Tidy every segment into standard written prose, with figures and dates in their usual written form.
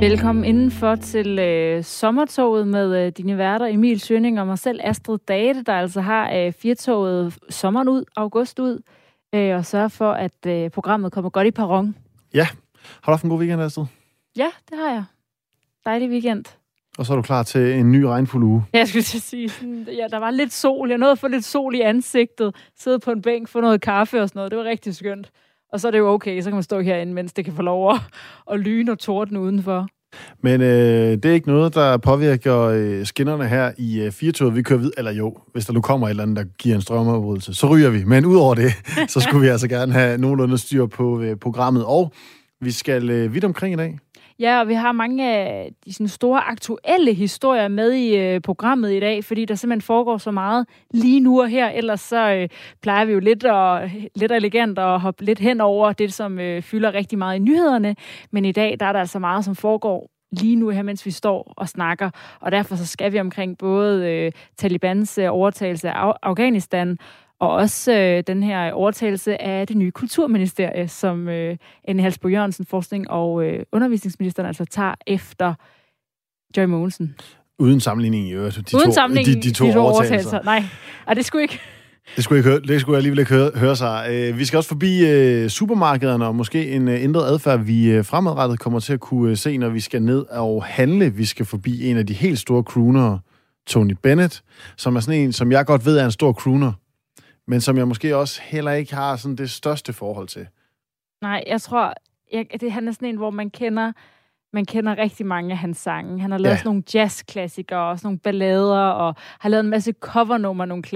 Velkommen indenfor til sommertoget med dine værter Emil Schønning og mig selv, Astrid Date, der altså har firtoget sommeren ud, august ud, og sørger for, at programmet kommer godt i perron. Ja. Har du haft en god weekend, Astrid? Ja, det har jeg. Dejlig weekend. Og så er du klar til en ny regnfuld uge. Ja, jeg skulle til at sige, der var lidt sol. Jeg nåede at få lidt sol i ansigtet, sidde på en bænk, få noget kaffe og sådan noget. Det var rigtig skønt. Og så er det jo okay, så kan man stå herinde, mens det kan få lov at lyne og tordne udenfor. Men det er ikke noget, der påvirker skinnerne her i firtoget. Vi kører videre, eller jo, hvis der nu kommer et eller andet, der giver en strømafbrydelse, så ryger vi. Men udover det, så skulle vi altså gerne have nogenlunde styr på programmet. Og vi skal vidt omkring i dag. Ja, og vi har mange af de sådan store aktuelle historier med i programmet i dag, fordi der simpelthen foregår så meget lige nu og her. Ellers så plejer vi jo lidt elegant at hoppe lidt hen over det, som fylder rigtig meget i nyhederne. Men i dag, der er der altså meget, som foregår lige nu her, mens vi står og snakker. Og derfor så skal vi omkring både Talibans overtagelse af Afghanistan, og også den her overtagelse af det nye kulturministerie, som Anne Halsboe Jørgensen, forskning- og undervisningsministeren, altså tager efter Joy Mogensen. Uden sammenligning i øvrigt. De to overtagelser. Nej, det skulle ikke. Det skulle alligevel ikke høre sig. Vi skal også forbi supermarkederne, og måske en ændret adfærd, vi fremadrettet kommer til at kunne se, når vi skal ned og handle. Vi skal forbi en af de helt store croonere, Tony Bennett, som er sådan en, som jeg godt ved er en stor crooner, men som jeg måske også heller ikke har sådan det største forhold til. Nej, jeg tror, han er sådan en, hvor man kender rigtig mange af hans sange. Han har lavet sådan nogle jazzklassikere og sådan nogle ballader, og har lavet en masse covernummer, nogle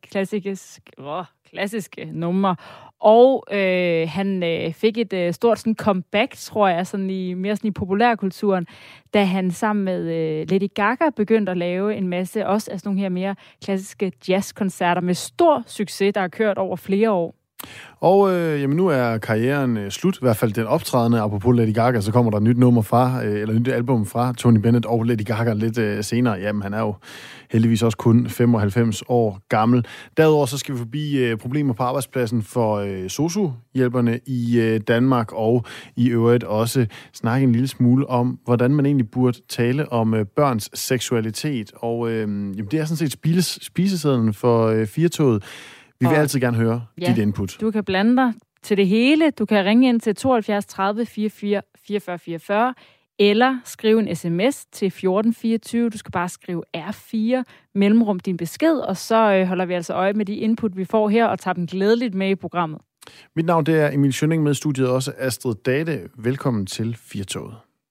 klassiske numre. Og han fik et stort sådan comeback, tror jeg, mere i populærkulturen, da han sammen med Lady Gaga begyndte at lave en masse også af sådan nogle her mere klassiske jazzkoncerter med stor succes, der har kørt over flere år. Og nu er karrieren slut, i hvert fald den optrædende. Apropos Lady Gaga, så kommer der et nyt nummer eller et nyt album fra Tony Bennett og Lady Gaga lidt senere. Jamen, han er jo heldigvis også kun 95 år gammel. Derudover så skal vi forbi problemer på arbejdspladsen for sosu-hjælperne i Danmark, og i øvrigt også snakke en lille smule om, hvordan man egentlig burde tale om børns seksualitet. Og det er sådan set spisesedlen for firtoget. Vi vil altid gerne høre dit input. Du kan blande dig til det hele. Du kan ringe ind til 72 30 44 44 44, eller skrive en sms til 1424. Du skal bare skrive R4, mellemrum din besked, og så holder vi altså øje med de input, vi får her, og tager dem glædeligt med i programmet. Mit navn det er Emil Schønning, med studiet også Astrid Date. Velkommen til Firtoget.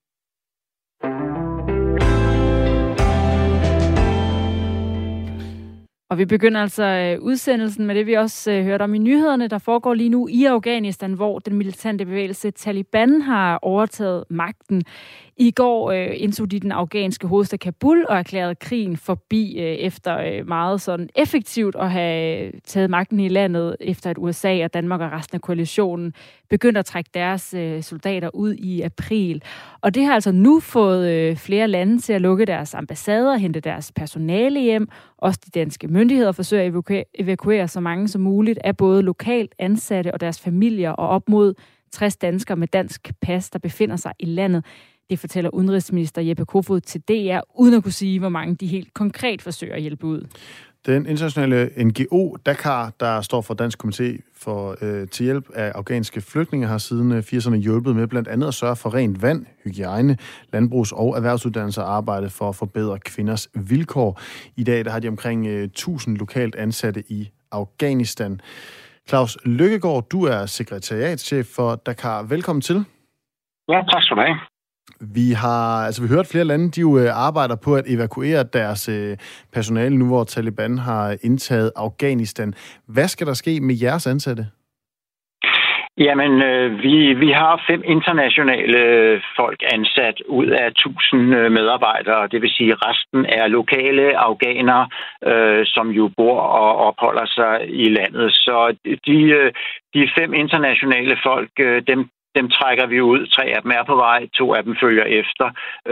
Og vi begynder altså udsendelsen med det, vi også hørte om i nyhederne, der foregår lige nu i Afghanistan, hvor den militante bevægelse Taliban har overtaget magten. I går indtog de den afghanske hovedstad Kabul og erklærede krigen forbi efter meget sådan effektivt at have taget magten i landet, efter at USA og Danmark og resten af koalitionen begyndte at trække deres soldater ud i april. Og det har altså nu fået flere lande til at lukke deres ambassader, hente deres personale hjem. Også de danske myndigheder forsøger at evakuere så mange som muligt af både lokalt ansatte og deres familier, og op mod 60 danskere med dansk pas, der befinder sig i landet. Det fortæller udenrigsminister Jeppe Kofod til DR, uden at kunne sige, hvor mange de helt konkret forsøger at hjælpe ud. Den internationale NGO Dakar, der står for Dansk Komité til hjælp af afghanske flygtninge, har siden 80'erne hjulpet med blandt andet at sørge for rent vand, hygiejne, landbrugs- og erhvervsuddannelse og arbejde for at forbedre kvinders vilkår. I dag der har de omkring 1000 lokalt ansatte i Afghanistan. Claus Lykkegaard, du er sekretariatschef for Dakar. Velkommen til. Ja, tak skal du have. Vi har hørt flere lande, de jo arbejder på at evakuere deres personale nu, hvor Taliban har indtaget Afghanistan. Hvad skal der ske med jeres ansatte? Jamen, vi har 5 internationale folk ansat ud af 1000 medarbejdere. Det vil sige, resten er lokale afghanere, som jo bor og opholder sig i landet. Så de 5 internationale folk, dem trækker vi ud. 3 af dem er på vej, 2 af dem følger efter.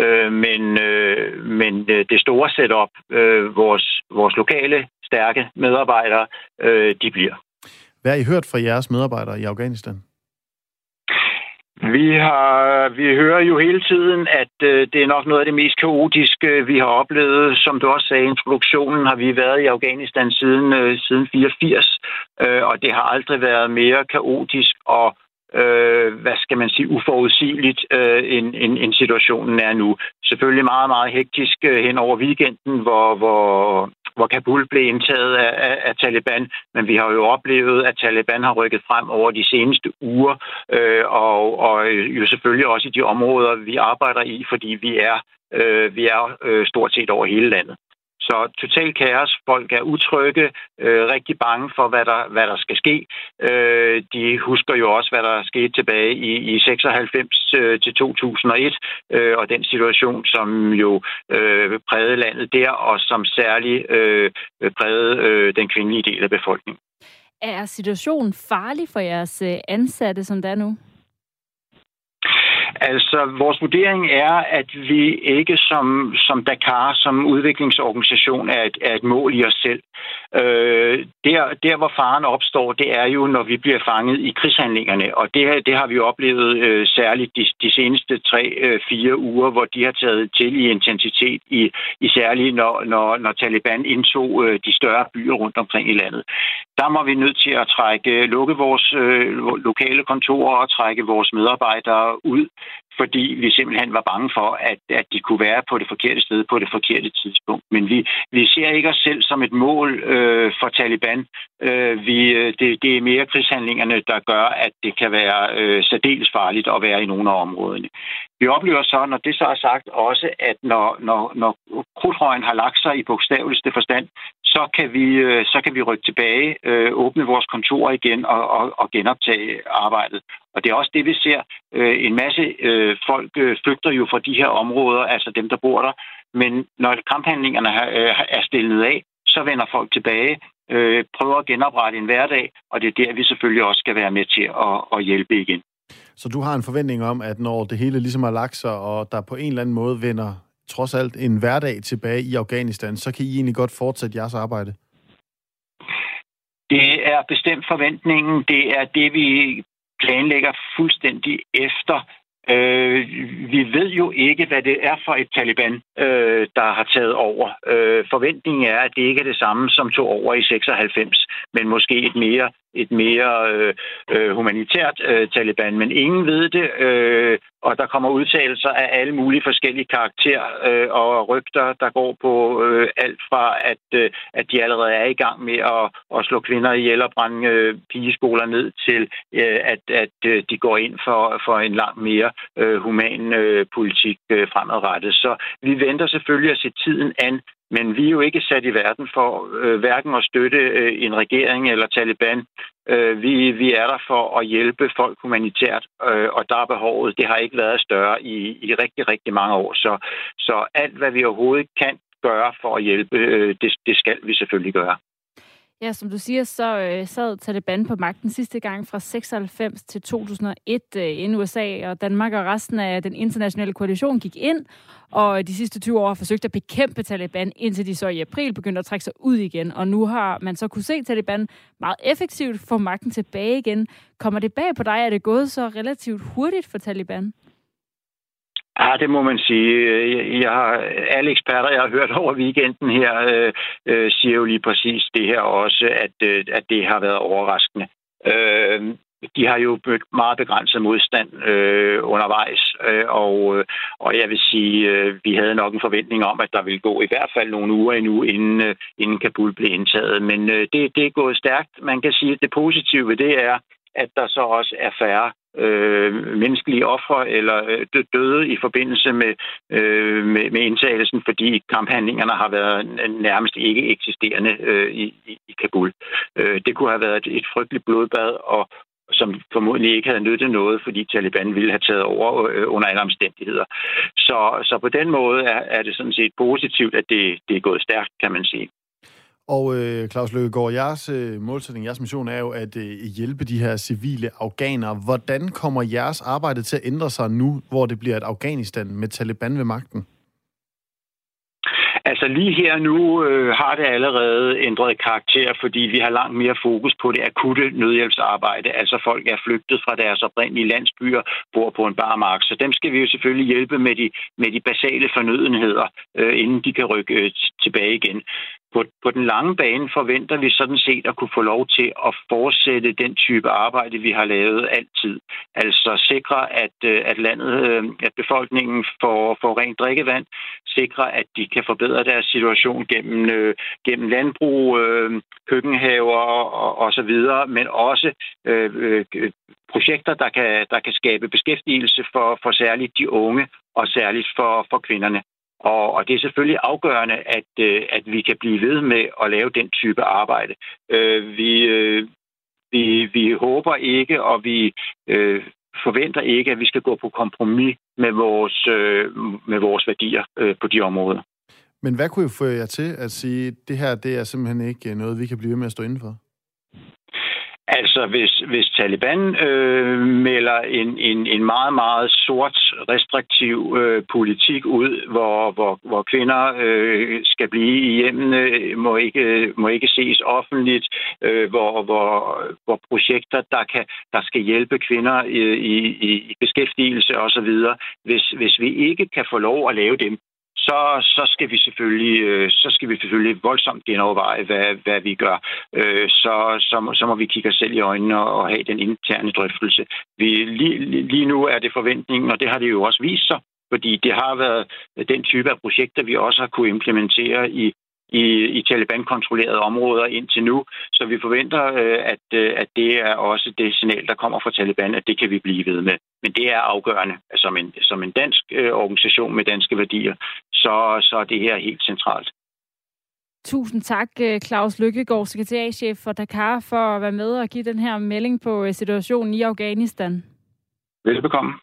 Men det store setup, vores lokale, stærke medarbejdere, de bliver. Hvad har I hørt fra jeres medarbejdere i Afghanistan? Vi hører jo hele tiden, at det er nok noget af det mest kaotiske, vi har oplevet. Som du også sagde i introduktionen, har vi været i Afghanistan siden 84, og det har aldrig været mere kaotisk og uforudsigeligt, end situationen er nu. Selvfølgelig meget, meget hektisk hen over weekenden, hvor Kabul blev indtaget af Taliban, men vi har jo oplevet, at Taliban har rykket frem over de seneste uger, og jo selvfølgelig også i de områder, vi arbejder i, fordi vi er stort set over hele landet. Så total kaos. Folk er utrygge, rigtig bange for, hvad der skal ske. De husker jo også, hvad der skete tilbage i 96 til 2001, og den situation, som jo prægede landet der, og som særligt prægede den kvindelige del af befolkningen. Er situationen farlig for jeres ansatte, som det er nu? Altså, vores vurdering er, at vi ikke som Dakar, som udviklingsorganisation, er et mål i os selv. Der, hvor faren opstår, det er jo, når vi bliver fanget i krigshandlingerne. Og det har vi oplevet særligt de seneste 3-4 uger, hvor de har taget til i intensitet, i særligt når Taliban indtog de større byer rundt omkring i landet. Der må vi nødt til at lukke vores lokale kontorer og trække vores medarbejdere ud, fordi vi simpelthen var bange for, at de kunne være på det forkerte sted på det forkerte tidspunkt. Men vi ser ikke os selv som et mål for Taliban. Det er mere krigshandlingerne, der gør, at det kan være særdeles farligt at være i nogle af områdene. Vi oplever så, når det så er sagt, også, at når krudtrøjen har lagt sig i bogstaveligste forstand, så kan vi rykke tilbage, åbne vores kontorer igen og genoptage arbejdet. Og det er også det, vi ser. En masse folk flygter jo fra de her områder, altså dem, der bor der. Men når kamphandlingerne er stillet af, så vender folk tilbage, prøver at genoprette en hverdag, og det er der, vi selvfølgelig også skal være med til at hjælpe igen. Så du har en forventning om, at når det hele ligesom har lagt sig, og der på en eller anden måde vender trods alt en hverdag tilbage i Afghanistan, så kan I egentlig godt fortsætte jeres arbejde? Det er bestemt forventningen. Det er det, vi planlægger fuldstændig efter. Vi ved jo ikke, hvad det er for et Taliban, der har taget over. Forventningen er, at det ikke er det samme, som tog over i 96, men måske et mere humanitært Taliban. Men ingen ved det, og der kommer udtalelser af alle mulige forskellige karakterer og rygter, der går på alt fra, at de allerede er i gang med at slå kvinder ihjel og brænde pigeskoler ned til, at de går ind for en langt mere human politik fremadrettet. Så vi venter selvfølgelig at se tiden an, men vi er jo ikke sat i verden for hverken at støtte en regering eller Taliban. Vi er der for at hjælpe folk humanitært, og der er behovet. Det har ikke været større i rigtig, rigtig mange år. Så alt, hvad vi overhovedet kan gøre for at hjælpe, det skal vi selvfølgelig gøre. Ja, som du siger, så sad Taliban på magten sidste gang fra 96 til 2001, inden USA og Danmark og resten af den internationale koalition gik ind, og de sidste 20 år har forsøgt at bekæmpe Taliban, indtil de så i april begyndte at trække sig ud igen. Og nu har man så kunne se Taliban meget effektivt få magten tilbage igen. Kommer det bag på dig, at det gået så relativt hurtigt for Taliban? Ja, det må man sige. Alle eksperter, jeg har hørt over weekenden her, siger jo lige præcis det her også, at det har været overraskende. De har jo mødt meget begrænset modstand undervejs, og jeg vil sige, vi havde nok en forventning om, at der ville gå i hvert fald nogle uger endnu, inden Kabul blev indtaget. Men det er gået stærkt. Man kan sige, at det positive ved det er, at der så også er færre menneskelige ofre eller døde i forbindelse med indtagelsen, fordi kamphandlingerne har været nærmest ikke eksisterende i Kabul. Det kunne have været et frygteligt blodbad, og som formodentlig ikke havde nyttet noget, fordi Taliban ville have taget over under alle omstændigheder. Så på den måde er det sådan set positivt, at det er gået stærkt, kan man sige. Og Claus Løkkegaard, jeres målsætning, jeres mission er jo at hjælpe de her civile afghanere. Hvordan kommer jeres arbejde til at ændre sig nu, hvor det bliver et Afghanistan med Taliban ved magten? Altså lige her nu har det allerede ændret karakter, fordi vi har langt mere fokus på det akutte nødhjælpsarbejde. Altså folk er flygtet fra deres oprindelige landsbyer, bor på en bar mark. Så dem skal vi jo selvfølgelig hjælpe med de basale fornødenheder, inden de kan rykke tilbage igen. På den lange bane forventer vi sådan set at kunne få lov til at fortsætte den type arbejde, vi har lavet altid. Altså sikre, at landet, at befolkningen får rent drikkevand, sikre, at de kan forbedre deres situation gennem landbrug, køkkenhaver og så videre, men også projekter, der kan skabe beskæftigelse for særligt de unge og særligt for kvinderne. Og det er selvfølgelig afgørende, at vi kan blive ved med at lave den type arbejde. Vi håber ikke, og vi forventer ikke, at vi skal gå på kompromis med vores værdier på de områder. Men hvad kunne I få jer til at sige, at det her det er simpelthen ikke noget, vi kan blive ved med at stå indenfor? Altså, hvis Taliban melder en meget, meget sort, restriktiv politik ud, hvor kvinder skal blive i hjemmene, må ikke ses offentligt, hvor projekter, der skal hjælpe kvinder i beskæftigelse osv., hvis vi ikke kan få lov at lave dem, så skal vi selvfølgelig voldsomt genoverveje, hvad vi gør. Så må vi kigge os selv i øjnene og have den interne drøftelse. Lige nu er det forventningen, og det har det jo også vist sig, fordi det har været den type af projekter, vi også har kunne implementere i Taliban-kontrollerede områder indtil nu. Så vi forventer, at det er også det signal, der kommer fra Taliban, at det kan vi blive ved med. Men det er afgørende. Som en dansk organisation med danske værdier, så er det her helt centralt. Tusind tak, Claus Lykkegaard, sekretariatschef for Dakar, for at være med og give den her melding på situationen i Afghanistan. Velbekomme.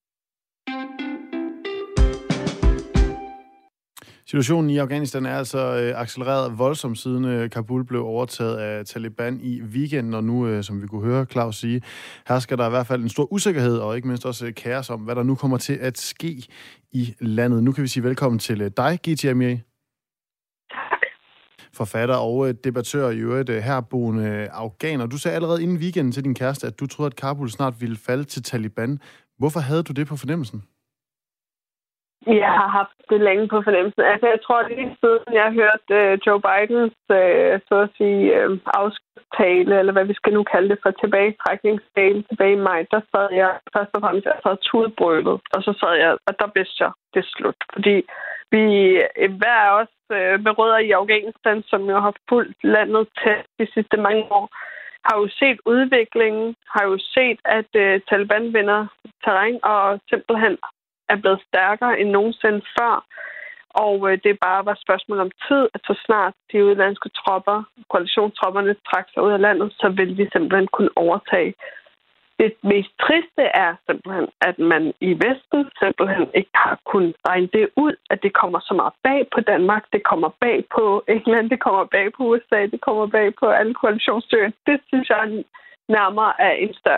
Situationen i Afghanistan er altså accelereret voldsomt, siden Kabul blev overtaget af Taliban i weekenden, og nu, som vi kunne høre Claus sige, hersker der i hvert fald en stor usikkerhed, og ikke mindst også kaos om, hvad der nu kommer til at ske i landet. Nu kan vi sige velkommen til dig, Giti Amiri. Tak. Forfatter og debattør i øvrigt herboende afghaner. Du sagde allerede inden weekenden til din kæreste, at du troede, at Kabul snart ville falde til Taliban. Hvorfor havde du det på fornemmelsen? Jeg har haft det længe på fornemmelsen. Altså, jeg tror, lige siden jeg hørte Joe Bidens, så at sige, afskedstale, eller hvad vi skal nu kalde det, for tilbagetrækningstale tilbage i maj, der sad jeg først og fremmest tudbrølet, og så sad jeg, og der vidste jeg, det er slut. Fordi vi, hver af os med rødder i Afghanistan, som jo har fulgt landet til de sidste mange år, har jo set udviklingen, har jo set, at Taliban vinder terræn, og simpelthen er blevet stærkere end nogensinde før. Og det bare var et spørgsmål om tid, at så snart de udenlandske tropper, koalitionstropperne, trak sig ud af landet, så ville vi simpelthen kunne overtage. Det mest triste er simpelthen, at man i Vesten simpelthen ikke har kunnet regne det ud, at det kommer så meget bag på Danmark, det kommer bag på England, det kommer bag på USA, det kommer bag på alle koalitionsstyrker. Det synes jeg nærmere er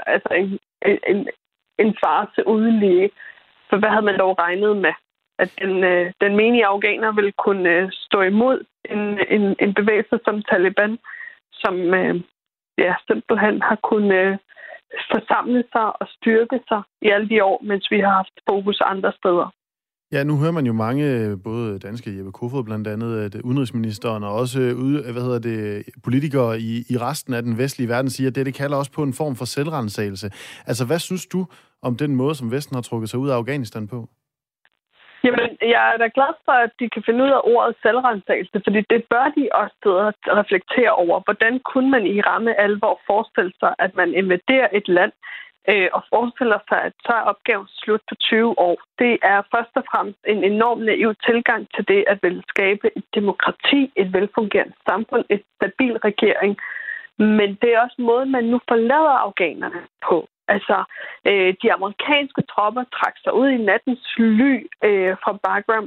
en farce uden lige. For hvad havde man dog regnet med? At den menige afghaner ville kunne stå imod en bevægelse som Taliban, som simpelthen har kunnet forsamle sig og styrke sig i alle de år, mens vi har haft fokus andre steder. Ja, nu hører man jo mange, både danske Jeppe Kofod blandt andet, udenrigsministeren og også politikere i resten af den vestlige verden siger, at det kalder også på en form for selvrensagelse. Altså, hvad synes du om den måde, som Vesten har trukket sig ud af Afghanistan på? Jamen, jeg er da glad for, at de kan finde ud af ordet selvrensagelse, fordi det bør de også sidde og reflektere over. Hvordan kunne man i ramme alvor forestille sig, at man invaderer et land, og forestiller sig, at så er opgaven slut på 20 år. Det er først og fremmest en enorm naiv tilgang til det, at ville skabe et demokrati, et velfungerende samfund, et stabil regering. Men det er også måden, man nu forlader afghanerne på. Altså, de amerikanske tropper trak sig ud i nattens ly fra Bagram,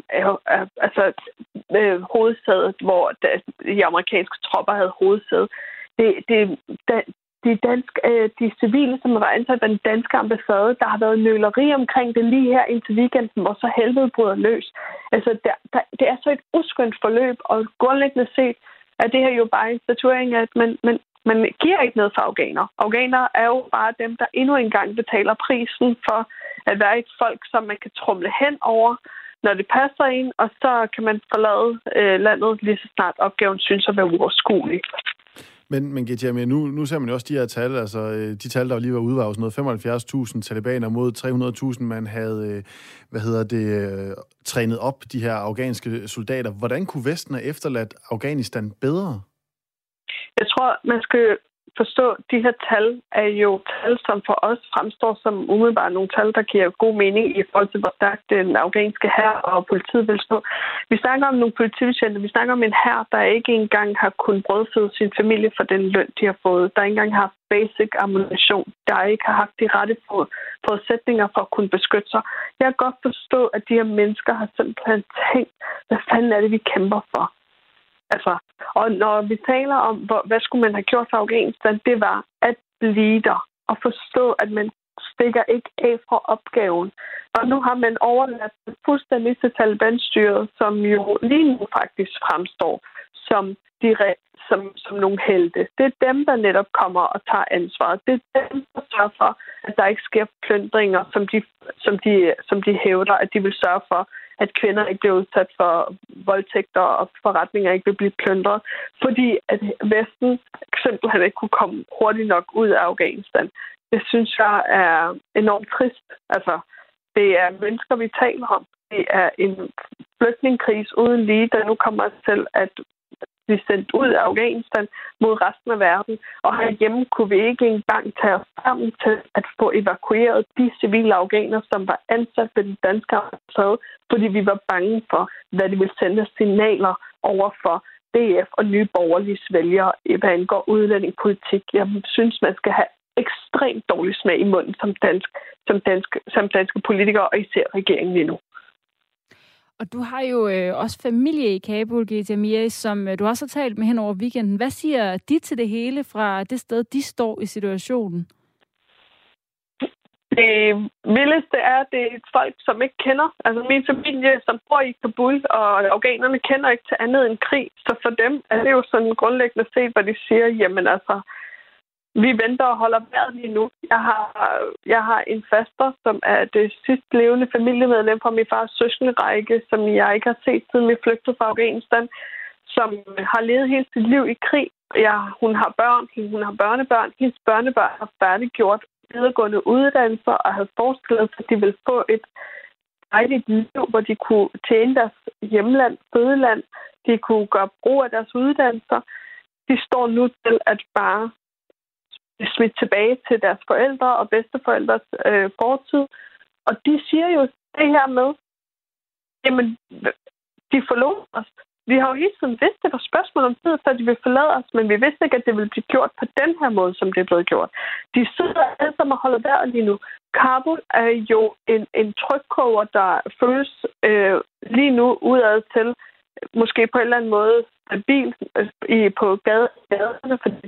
hovedsædet, hvor de amerikanske tropper havde hovedsædet. de civile, som var ansat ved den danske ambassade, der har været nøleri omkring det lige her indtil weekenden, hvor så helvede bryder løs. Altså, det er så et uskyndt forløb, og grundlæggende set er det her jo bare en statuering af, at man giver ikke noget for afghanere. Afghanere er jo bare dem, der endnu engang betaler prisen for at være et folk, som man kan tromle hen over, når det passer ind, og så kan man forlade landet lige så snart opgaven synes at være uoverskuelig. Men Getia, nu ser man jo også de her tal, altså de tal, der lige var ude, var jo sådan noget 75.000 talibaner mod 300.000, man havde, trænet op de her afghanske soldater. Hvordan kunne Vesten have efterladt Afghanistan bedre? Jeg tror, man skal forstå, at de her tal er jo tal, som for os fremstår som umiddelbart nogle tal, der giver god mening i forhold til, hvor stærkt den afghanske hær og politiet vil stå. Vi snakker om nogle politibetjente, vi snakker om en hær, der ikke engang har kunnet brødføde sin familie for den løn, de har fået. Der ikke engang har basic ammunition, der ikke har haft de rette forudsætninger for at kunne beskytte sig. Jeg kan godt forstå, at de her mennesker har simpelthen tænkt, hvad fanden er det, vi kæmper for? Altså, og når vi taler om, hvad skulle man have gjort for Afghanistan, det var at blive der og forstå, at man stikker ikke af fra opgaven. Og nu har man overladt det fuldstændig til Taliban-styret, som jo lige nu faktisk fremstår som nogle helte. Det er dem, der netop kommer og tager ansvaret. Det er dem, der sørger for, at der ikke sker plyndringer, som de hævder, at de vil sørge for, at kvinder ikke bliver udsat for voldtægter og forretninger ikke vil blive plyndret, fordi at Vesten simpelthen ikke kunne komme hurtigt nok ud af Afghanistan. Det synes jeg er enormt trist. Altså, det er mennesker, vi taler om. Det er en flygtningekrise uden lige, der nu kommer til at blive sendt ud af Afghanistan mod resten af verden. Og herhjemme kunne vi ikke engang tage os sammen til at få evakueret de civile afghanere, som var ansat ved den danske ambassade, fordi vi var bange for, hvad det ville sende signaler over for DF og Nye Borgerliges vælgere, hvad angår udlændingepolitik. Jeg synes, man skal have ekstremt dårlig smag i munden som danske politikere, og især regeringen lige nu. Og du har jo også familie i Kabul, Getia Miri, som du også har talt med hen over weekenden. Hvad siger de til det hele fra det sted, de står i situationen? Det vildeste er, at det er et folk, som ikke kender. Altså min familie, som bor i Kabul, og afghanerne kender ikke til andet end krig. Så for dem er det jo sådan grundlæggende set, hvad de siger, jamen altså, vi venter og holder vejret lige nu. Jeg har en faster, som er det sidst levende familiemedlem fra min fars søskenderække, som jeg ikke har set, siden vi flygtede fra Afghanistan, som har levet hele sit liv i krig. Hun har børn, hun har børnebørn. Hendes børnebørn har færdiggjort videregående uddannelser og havde forestillet sig, at de ville få et dejligt liv, hvor de kunne tjene deres hjemland, fødeland. De kunne gøre brug af deres uddannelser. De står nu til at bare smidt tilbage til deres forældre og bedsteforældres fortid. Og de siger jo det her med, jamen, de forlod os. Vi har jo hele tiden vidst, det var spørgsmål om tid, før de vil forlade os, men vi vidste ikke, at det ville blive gjort på den her måde, som det er blevet gjort. De sidder alle sammen og holder vejret lige nu. Kabul er jo en trykkoger, der føles lige nu udad til, måske på en eller anden måde stabil på gaderne, fordi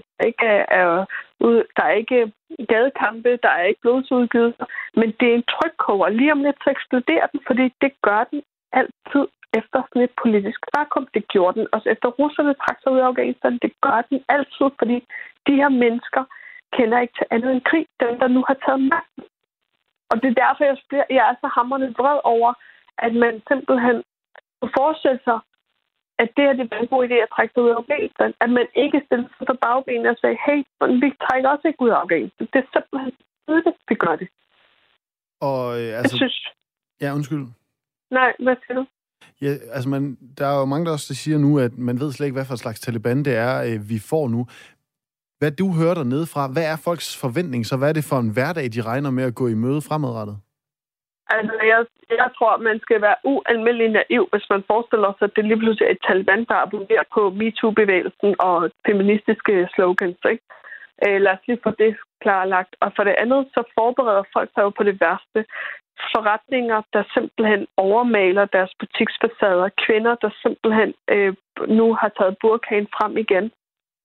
der er ikke gadekampe, der er ikke blodsudgydelser, men det er en trykkoger. Lige om lidt så eksploderer den, fordi det gør den altid efter sådan et politisk vakuum. Det gjorde den også efter russerne trak sig ud af Afghanistan. Det gør den altid, fordi de her mennesker kender ikke til andet end krig, dem der nu har taget magten. Og det er derfor, jeg er så hamrende vred over, at man simpelthen forestiller sig, at det her det var en god idé at trække sig ud af Afghanistan. At man ikke stiller sig på bagbenene og siger, hey, vi trækker også ikke ud af Afghanistan. Det er simpelthen tydeligt, vi gør det. Og altså... Jeg synes... Ja, undskyld. Nej, hvad siger du? Ja, altså der er jo mange, der også siger nu, at man ved slet ikke, hvad for slags Taliban det er, vi får nu. Hvad du hører dernede fra, hvad er folks forventning, så hvad er det for en hverdag, de regner med at gå i møde fremadrettet? Altså, jeg tror, man skal være ualmindelig naiv, hvis man forestiller sig, at det lige pludselig er et Taliban, der abonnerer på MeToo-bevægelsen og feministiske slogans, ikke? Lad os lige få det klarlagt. Og for det andet, så forbereder folk sig jo på det værste. Forretninger, der simpelthen overmaler deres butiksfacader. Kvinder, der simpelthen nu har taget burkaen frem igen.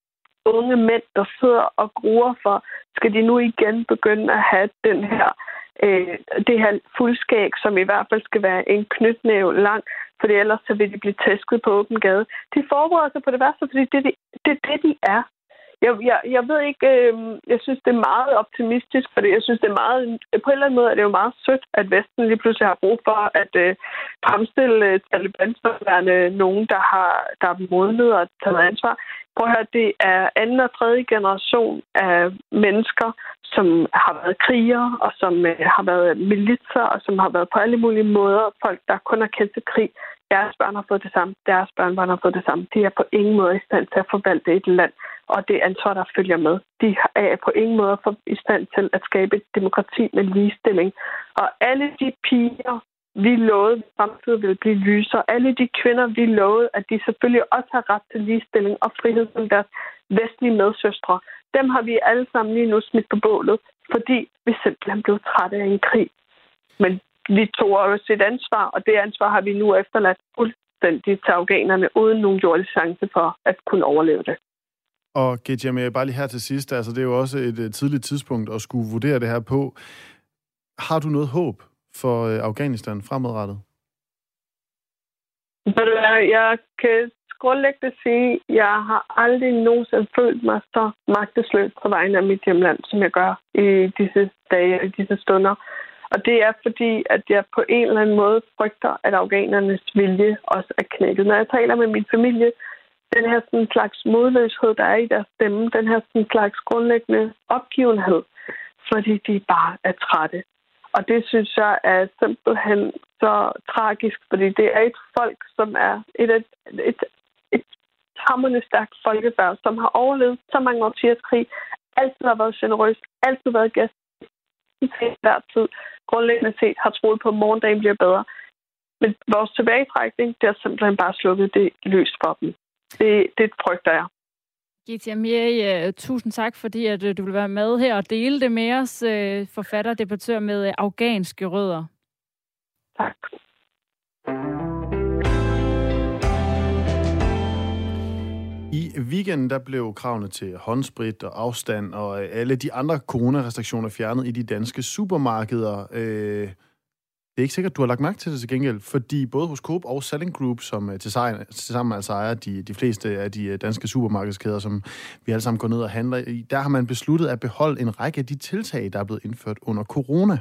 unge mænd, der sidder og gruer for, skal de nu igen begynde at have den her, det her fuldskæg, som i hvert fald skal være en knytnæve lang, for ellers så vil de blive tæsket på åben gade. De forbereder sig på det værste, fordi det er det, de er. Jeg ved ikke, jeg synes, det er meget optimistisk, fordi jeg synes, det er meget, på en eller anden måde er det jo meget sødt, at Vesten lige pludselig har brug for at fremstille Taliban som nogen, der er modnet og taget ansvar. Prøv at høre, det er anden og tredje generation af mennesker, som har været krigere, og som har været militser, og som har været på alle mulige måder folk, der kun har kendt til krig. Deres børn har fået det samme, deres børnebørn har fået det samme. De er på ingen måde i stand til at forvalte et land, og det ansvar, der følger med. De er på ingen måde i stand til at skabe et demokrati med ligestilling. Og alle de piger, vi lovede, at fremtiden ville blive lyser. Alle de kvinder, vi lovede, at de selvfølgelig også har ret til ligestilling og frihed som deres vestlige medsøstre. Dem har vi alle sammen lige nu smidt på bålet, fordi vi simpelthen blev trætte af en krig. Men vi tog også et ansvar, og det ansvar har vi nu efterladt fuldstændig til afghanerne, uden nogen jordisk chance for at kunne overleve det. Og Gedjem, bare lige her til sidst, altså det er jo også et tidligt tidspunkt at skulle vurdere det her på. Har du noget håb for Afghanistan fremadrettet? Jeg kan grundlæggende sige, at jeg har aldrig nogensinde følt mig så magtesløs på vegne af mit hjemland, som jeg gør i disse dage, i disse stunder. Og det er fordi, at jeg på en eller anden måde frygter, at afghanernes vilje også er knækket. Når jeg taler med min familie, den her sådan slags modløshed, der er i deres stemme, den her sådan slags grundlæggende opgivenhed, fordi de bare er trætte. Og det synes jeg er simpelthen så tragisk, fordi det er et folk, som er et hamrende stærkt folkefærd, som har overlevet så mange årtiers krig, altid har været generøs, altid været gæst, til hver tid, grundlæggende set har troet på, at morgendagen bliver bedre. Men vores tilbagetrækning, det har simpelthen bare slukket det lys for dem. Det frygter jeg. Geeti Amiri, tusind tak, fordi at du vil være med her og dele det med os, forfatter og debattør med afghanske rødder. Tak. I weekenden der blev kravene til håndsprit og afstand og alle de andre coronarestriktioner fjernet i de danske supermarkeder. Det er ikke sikkert, du har lagt mærke til det til gengæld, fordi både hos Coop og Salling Group, som tilsammen altså ejer de fleste af de danske supermarkedskæder, som vi alle sammen går ned og handler i, der har man besluttet at beholde en række af de tiltag, der er blevet indført under corona.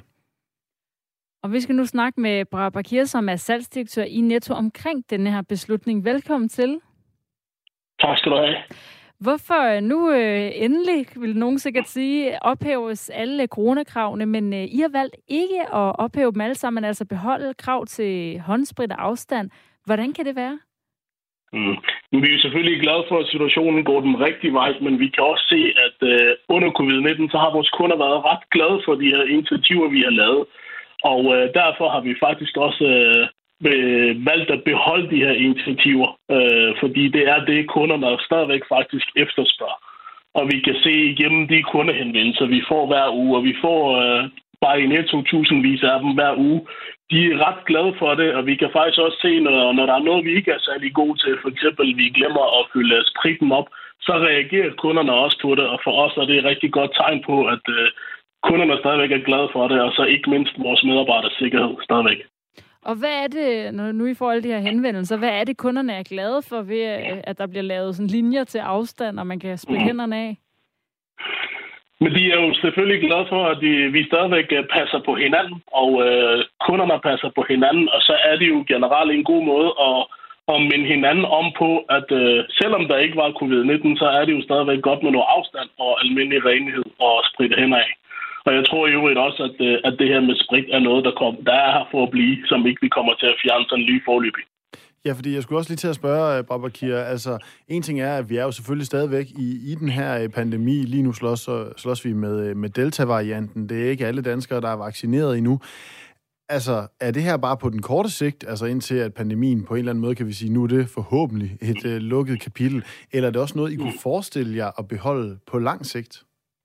Og vi skal nu snakke med Barbara Bakir, som er salgsdirektør i Netto omkring denne her beslutning. Velkommen til. Tak skal du have. Hvorfor nu endelig, vil nogen sikkert sige, ophæves alle coronakravene, men I har valgt ikke at ophæve dem alle sammen, altså beholde krav til håndsprit og afstand. Hvordan kan det være? Nu er vi jo selvfølgelig glade for, at situationen går den rigtige vej, men vi kan også se, at under covid-19, så har vores kunder været ret glade for de her initiativer, vi har lavet. Og derfor har vi faktisk også valgt at beholde de her initiativer, fordi det er det, kunderne stadigvæk faktisk efterspørger. Og vi kan se igennem de kundehenvendelser, vi får hver uge, og vi får bare i Netto tusindvis af dem hver uge. De er ret glade for det, og vi kan faktisk også se, når der er noget, vi ikke er særlig gode til, for eksempel vi glemmer at fylde spritten op, så reagerer kunderne også på det, og for os er det et rigtig godt tegn på, at kunderne stadigvæk er glade for det, og så ikke mindst vores medarbejders sikkerhed stadigvæk. Og hvad er det, når nu I får alle de her henvendelser, hvad er det, kunderne er glade for ved, at der bliver lavet sådan linjer til afstand, og man kan spritte hænderne af? Men de er jo selvfølgelig glade for, at vi stadigvæk passer på hinanden, og kunderne passer på hinanden, og så er det jo generelt en god måde at minde hinanden om på, at selvom der ikke var covid-19, så er det jo stadigvæk godt med noget afstand og almindelig renhed og spritte hænder af. Og jeg tror jo også, at det her med sprit er noget, der er her for at blive, som ikke vi kommer til at fjerne sådan lige forløbig. Ja, fordi jeg skulle også lige til at spørge, Barbara Bakir, altså en ting er, at vi er jo selvfølgelig stadigvæk i den her pandemi. Lige nu slås vi med Delta-varianten. Det er ikke alle danskere, der er vaccineret endnu. Altså, er det her bare på den korte sigt, altså indtil at pandemien på en eller anden måde, kan vi sige, nu er det forhåbentlig et lukket kapitel, eller er det også noget, I kunne forestille jer at beholde på lang sigt?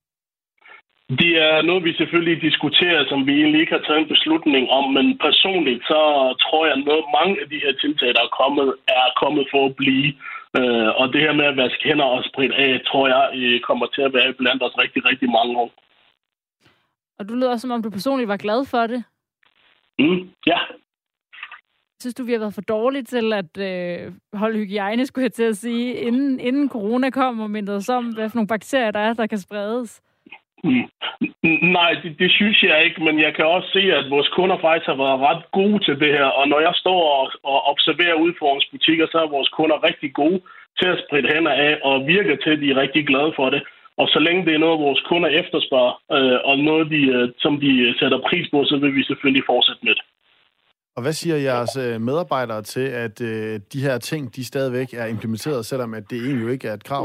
Det er noget, vi selvfølgelig diskuterer, som vi egentlig ikke har taget en beslutning om, men personligt så tror jeg, at mange af de her tiltag, der er kommet for at blive. Og det her med at vaske hænder og spritte af, tror jeg kommer til at være blandt os rigtig, rigtig mange år. Og du lyder også, som om du personligt var glad for det. Ja. Synes du, vi har været for dårlige til at holde hygiejne, skulle jeg til at sige, inden corona kom og mindede os om, hvad for nogle bakterier der kan spredes? Nej, det synes jeg ikke, men jeg kan også se, at vores kunder faktisk har været ret gode til det her. Og når jeg står og observerer ude for vores butikker, så er vores kunder rigtig gode til at spritte hænder af og virker til, at de er rigtig glade for det. Og så længe det er noget, vores kunder efterspørger, og noget, som de sætter pris på, så vil vi selvfølgelig fortsætte med det. Og hvad siger jeres medarbejdere til, at de her ting, de stadigvæk er implementeret, selvom at det egentlig jo ikke er et krav?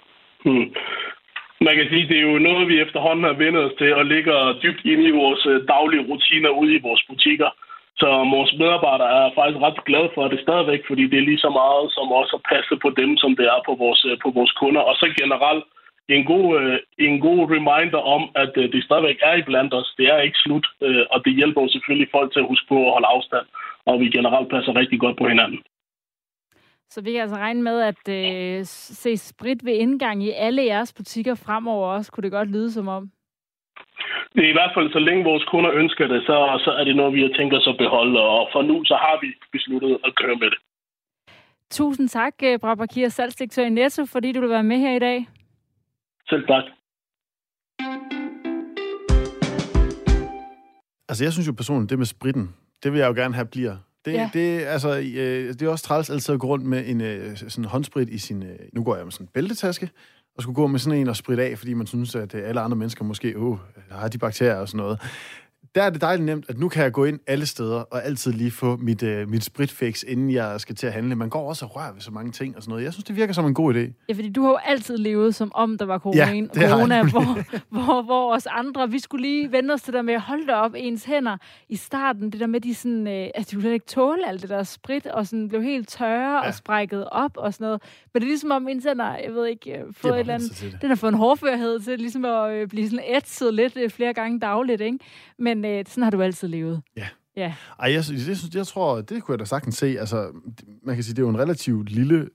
Man kan sige, at det er jo noget, vi efterhånden har vendt os til og ligger dybt inde i vores daglige rutiner ude i vores butikker. Så vores medarbejdere er faktisk ret glade for det stadigvæk, fordi det er lige så meget som også at passe på dem, som det er på vores kunder. Og så generelt en god reminder om, at det stadigvæk er iblandt os. Det er ikke slut, og det hjælper jo selvfølgelig folk til at huske på at holde afstand, og vi generelt passer rigtig godt på hinanden. Så vi kan altså regne med at se sprit ved indgang i alle jeres butikker fremover også, kunne det godt lyde som om? Det er i hvert fald, så længe vores kunder ønsker det, så er det noget, vi har tænkt os at beholde, og for nu så har vi besluttet at køre med det. Tusind tak, Braber Kier, salgsdirektør i Netto, fordi du vil være med her i dag. Selv tak. Altså, jeg synes jo personligt, det med spritten, det vil jeg jo gerne have bliver. Det er også træls altid at gå rundt med en sådan håndsprit i sin... nu går jeg med sådan en bæltetaske, og skulle gå med sådan en og spritte af, fordi man synes, at alle andre mennesker måske har de bakterier og sådan noget. Der er det dejligt nemt, at nu kan jeg gå ind alle steder og altid lige få mit spritfix, inden jeg skal til at handle. Man går også og rører ved så mange ting og sådan noget. Jeg synes, det virker som en god idé. Ja, fordi du har jo altid levet som om der var corona, hvor os andre, vi skulle lige vende os til der med at holde op ens hænder i starten. Det der med, de sådan, altså du kunne ikke tåle alt det der sprit, og sådan blev helt tørre og sprækket op og sådan noget. Men det er ligesom om ens hænder, jeg ved ikke, fået et eller andet, den har fået en hårdførhed til ligesom at blive sådan ætset lidt flere gange dagligt, ikke? Men sådan har du altid levet. Ja. Ej, jeg tror, det kunne jeg da sagtens se. Altså, man kan sige, det er jo en relativt lille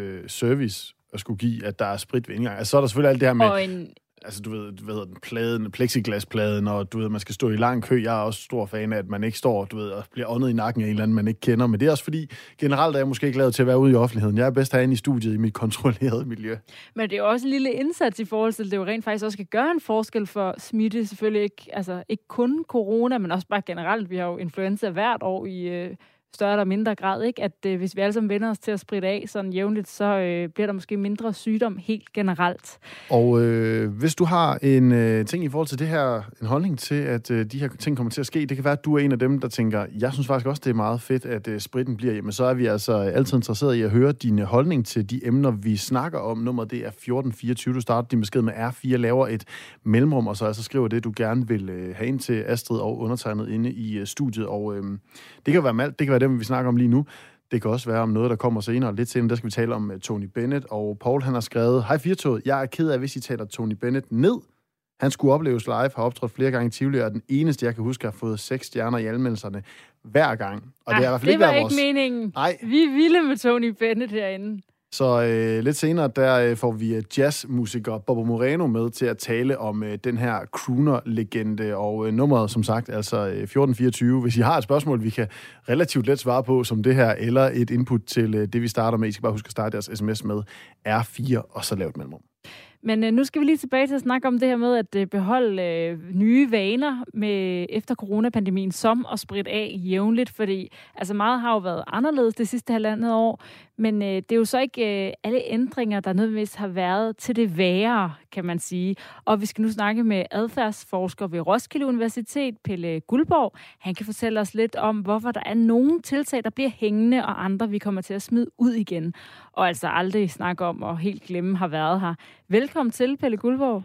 service at skulle give, at der er sprit ved indgang. Altså, så er der selvfølgelig alt det her med... Altså, du ved, plexiglaspladen, og du ved, man skal stå i lang kø. Jeg er også stor fan af, at man ikke står, og bliver åndet i nakken af en eller anden, man ikke kender. Men det er også fordi, generelt er jeg måske ikke lavet til at være ude i offentligheden. Jeg er bedst herinde i studiet i mit kontrollerede miljø. Men det er jo også en lille indsats i forhold til, at det jo rent faktisk også skal gøre en forskel for smitte. Selvfølgelig ikke kun corona, men også bare generelt. Vi har jo influenza hvert år i større eller mindre grad, ikke? At hvis vi alle sammen vender os til at spritte af sådan jævnligt, så bliver der måske mindre sygdom helt generelt. Og hvis du har en ting i forhold til det her, en holdning til, at de her ting kommer til at ske, det kan være, at du er en af dem, der tænker, jeg synes faktisk også, det er meget fedt, at spritten bliver hjemme. Så er vi altså altid interesseret i at høre din holdning til de emner, vi snakker om. Nummeret det er 1424. Du starter din besked med R4, laver et mellemrum, og så altså skriver det, du gerne vil have ind til Astrid og undertegnet inde i studiet. Og det kan være med alt. Det kan være dem, vi snakker om lige nu. Det kan også være om noget, der kommer senere. Lidt senere, der skal vi tale om Tony Bennett. Og Paul, han har skrevet, hej Firtoget, jeg er ked af, hvis I taler Tony Bennett ned. Han skulle opleves live, har optrådt flere gange i Tivoli, og den eneste, jeg kan huske, har fået 6 stjerner i anmeldelserne hver gang. Og det er i hvert fald det var ikke meningen. Nej. Vi er vilde med Tony Bennett herinde. Så lidt senere, der får vi jazzmusiker Bobo Moreno med til at tale om den her crooner-legende, og nummeret, som sagt, altså 1424. Hvis I har et spørgsmål, vi kan relativt let svare på, som det her, eller et input til det, vi starter med, I skal bare huske at starte jeres sms med R4, og så lave et mellemrum. Men nu skal vi lige tilbage til at snakke om det her med at beholde nye vaner med efter coronapandemien, som at spritte af jævnligt, fordi altså meget har jo været anderledes det sidste 1,5 år, men det er jo så ikke alle ændringer, der nødvendigvis har været til det værre, kan man sige. Og vi skal nu snakke med adfærdsforsker ved Roskilde Universitet, Pelle Guldborg. Han kan fortælle os lidt om, hvorfor der er nogle tiltag, der bliver hængende, og andre, vi kommer til at smide ud igen. Og altså aldrig snakke om og helt glemme har været her. Velkommen til, Pelle Guldborg.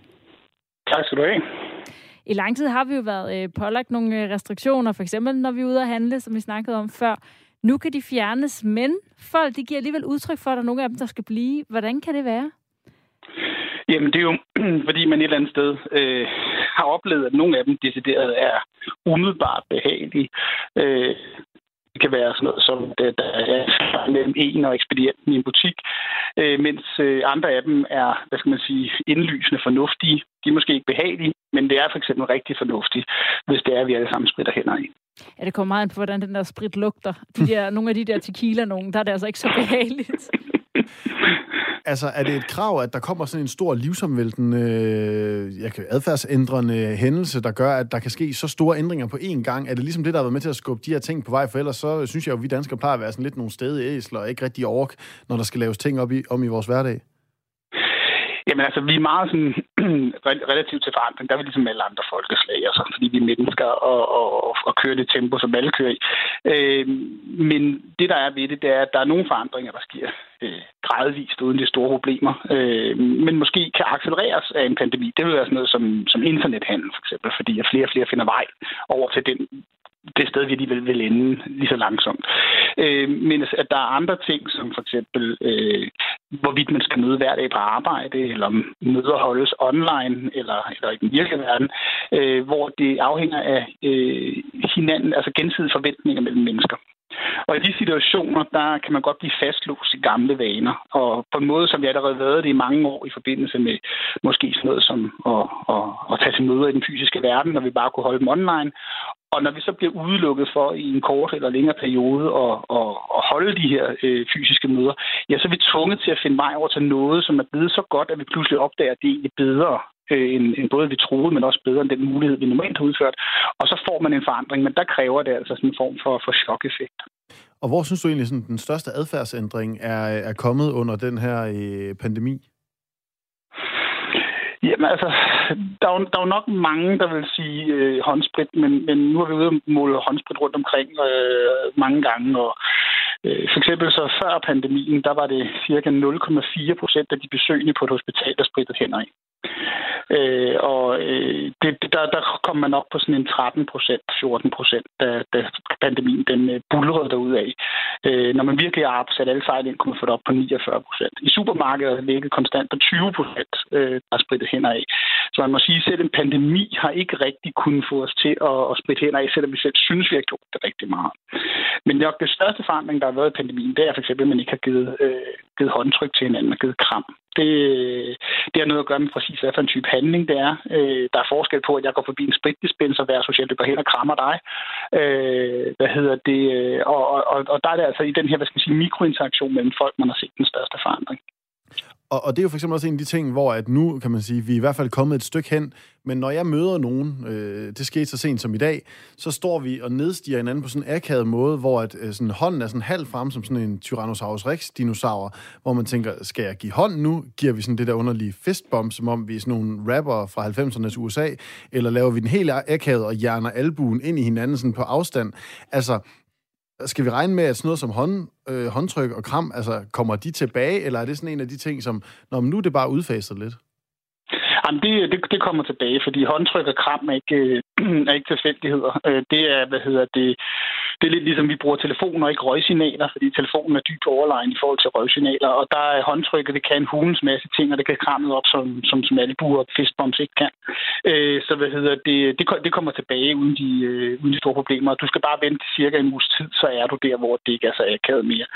Tak skal du have. I lang tid har vi jo været pålagt nogle restriktioner, for eksempel når vi er ude at handle, som vi snakkede om før. Nu kan de fjernes, men folk de giver alligevel udtryk for, at der er nogle af dem, der skal blive. Hvordan kan det være? Jamen, det er jo, fordi man et eller andet sted har oplevet, at nogle af dem decideret er umiddelbart behagelige. Det kan være sådan noget som, der er mellem en og ekspedienten i en butik, mens andre af dem er, hvad skal man sige, indlysende fornuftige. De er måske ikke behagelige, men det er for eksempel rigtig fornuftigt, hvis det er, at vi alle sammen spritter hænder i. Ja, det kommer meget ind på, hvordan den der sprit lugter. Nogle af de der tequila, der er det altså ikke så behageligt. Altså, er det et krav, at der kommer sådan en stor livsomvæltende, adfærdsændrende hændelse, der gør, at der kan ske så store ændringer på én gang? Er det ligesom det, der har været med til at skubbe de her ting på vej? For ellers så synes jeg jo, at vi danskere plejer at være sådan lidt nogle stedige æsler, og ikke rigtig ork, når der skal laves ting om i vores hverdag. Jamen altså, vi er meget sådan relativt til forandring. Der er vi ligesom alle andre folkeslag, altså, fordi vi er mennesker og kører det tempo, som alle kører i. Men det, der er ved det, det er, at der er nogle forandringer, der sker gradvist uden de store problemer, men måske kan accelereres af en pandemi. Det vil være sådan noget som internethandel, for eksempel, fordi flere og flere finder vej over til det sted, vi alligevel vil ende lige så langsomt. Men at der er andre ting, som for eksempel, hvorvidt man skal møde hver dag på arbejde, eller møder holdes online, eller i den virkelige verden, hvor det afhænger af hinanden, altså gensidige forventninger mellem mennesker. Og i de situationer, der kan man godt blive fastlåst i gamle vaner. Og på en måde, som vi allerede været det i mange år i forbindelse med måske sådan noget som at tage til møder i den fysiske verden, når vi bare kunne holde dem online. Og når vi så bliver udelukket for i en kort eller længere periode at holde de her fysiske møder, ja, så er vi tvunget til at finde vej over til noget, som er blevet så godt, at vi pludselig opdager, at det er egentlig bedre, end både vi troede, men også bedre end den mulighed, vi normalt har udført. Og så får man en forandring, men der kræver det altså sådan en form for chok-effekt. Og hvor synes du egentlig, sådan, den største adfærdsændring er kommet under den her pandemi? Jamen altså, der er jo nok mange, der vil sige håndsprit, men nu er vi ude at måle håndsprit rundt omkring mange gange, og for eksempel så før pandemien, der var det cirka 0,4% af de besøgende på et hospital, der sprittede hænder i. Der kom man op på sådan en 13%, 14%, da pandemien den bulrede derudad. Når man virkelig har sat alle fejl ind, kunne man få det op på 49%. I supermarkedet har ligget konstant på 20%, der er sprittet hænder af. Så man må sige, at selv en pandemi har ikke rigtig kunnet få os til at spritte hænder af, selvom vi selv synes, vi har gjort det rigtig meget. Men nok det største forandring, der har været i pandemien, det er for eksempel, at man ikke har givet håndtryk til hinanden og givet kram. Det har noget at gøre med præcis, hvad for en type handling det er. Der er forskel på, at jeg går forbi en spritdispenser versus jeg løber hen og krammer dig. Og der er det altså i den her, hvad skal man sige, mikrointeraktion mellem folk, man har set den største forandring. Og det er jo for eksempel også en af de ting, hvor at nu, kan man sige, vi er i hvert fald kommet et stykke hen, men når jeg møder nogen, det skete så sent som i dag, så står vi og nedstiger hinanden på sådan en akavet måde, hvor at, sådan, hånden er sådan halvt frem som sådan en Tyrannosaurus Rex-dinosaur, hvor man tænker, skal jeg give hånd nu? Giver vi sådan det der underlige fistbump, som om vi er sådan nogle rapper fra 90'ernes USA, eller laver vi den helt akavet og hjerner albuen ind i hinanden sådan på afstand? Altså, skal vi regne med, at sådan noget som håndtryk og kram, altså kommer de tilbage, eller er det sådan en af de ting, som nu er det bare udfaset lidt? Jamen, det kommer tilbage, fordi håndtryk og kram er ikke tilfældigheder. Det er, det er lidt ligesom, vi bruger telefoner og ikke røgsignaler, fordi telefonen er dybt overlegen i forhold til røgsignaler, og der er håndtrykket, det kan en hulens masse ting, og det kan krammet op, som albuer og fistbumps ikke kan. Så det kommer tilbage uden de store problemer. Du skal bare vente cirka en uges tid, så er du der, hvor det ikke er så akavet mere.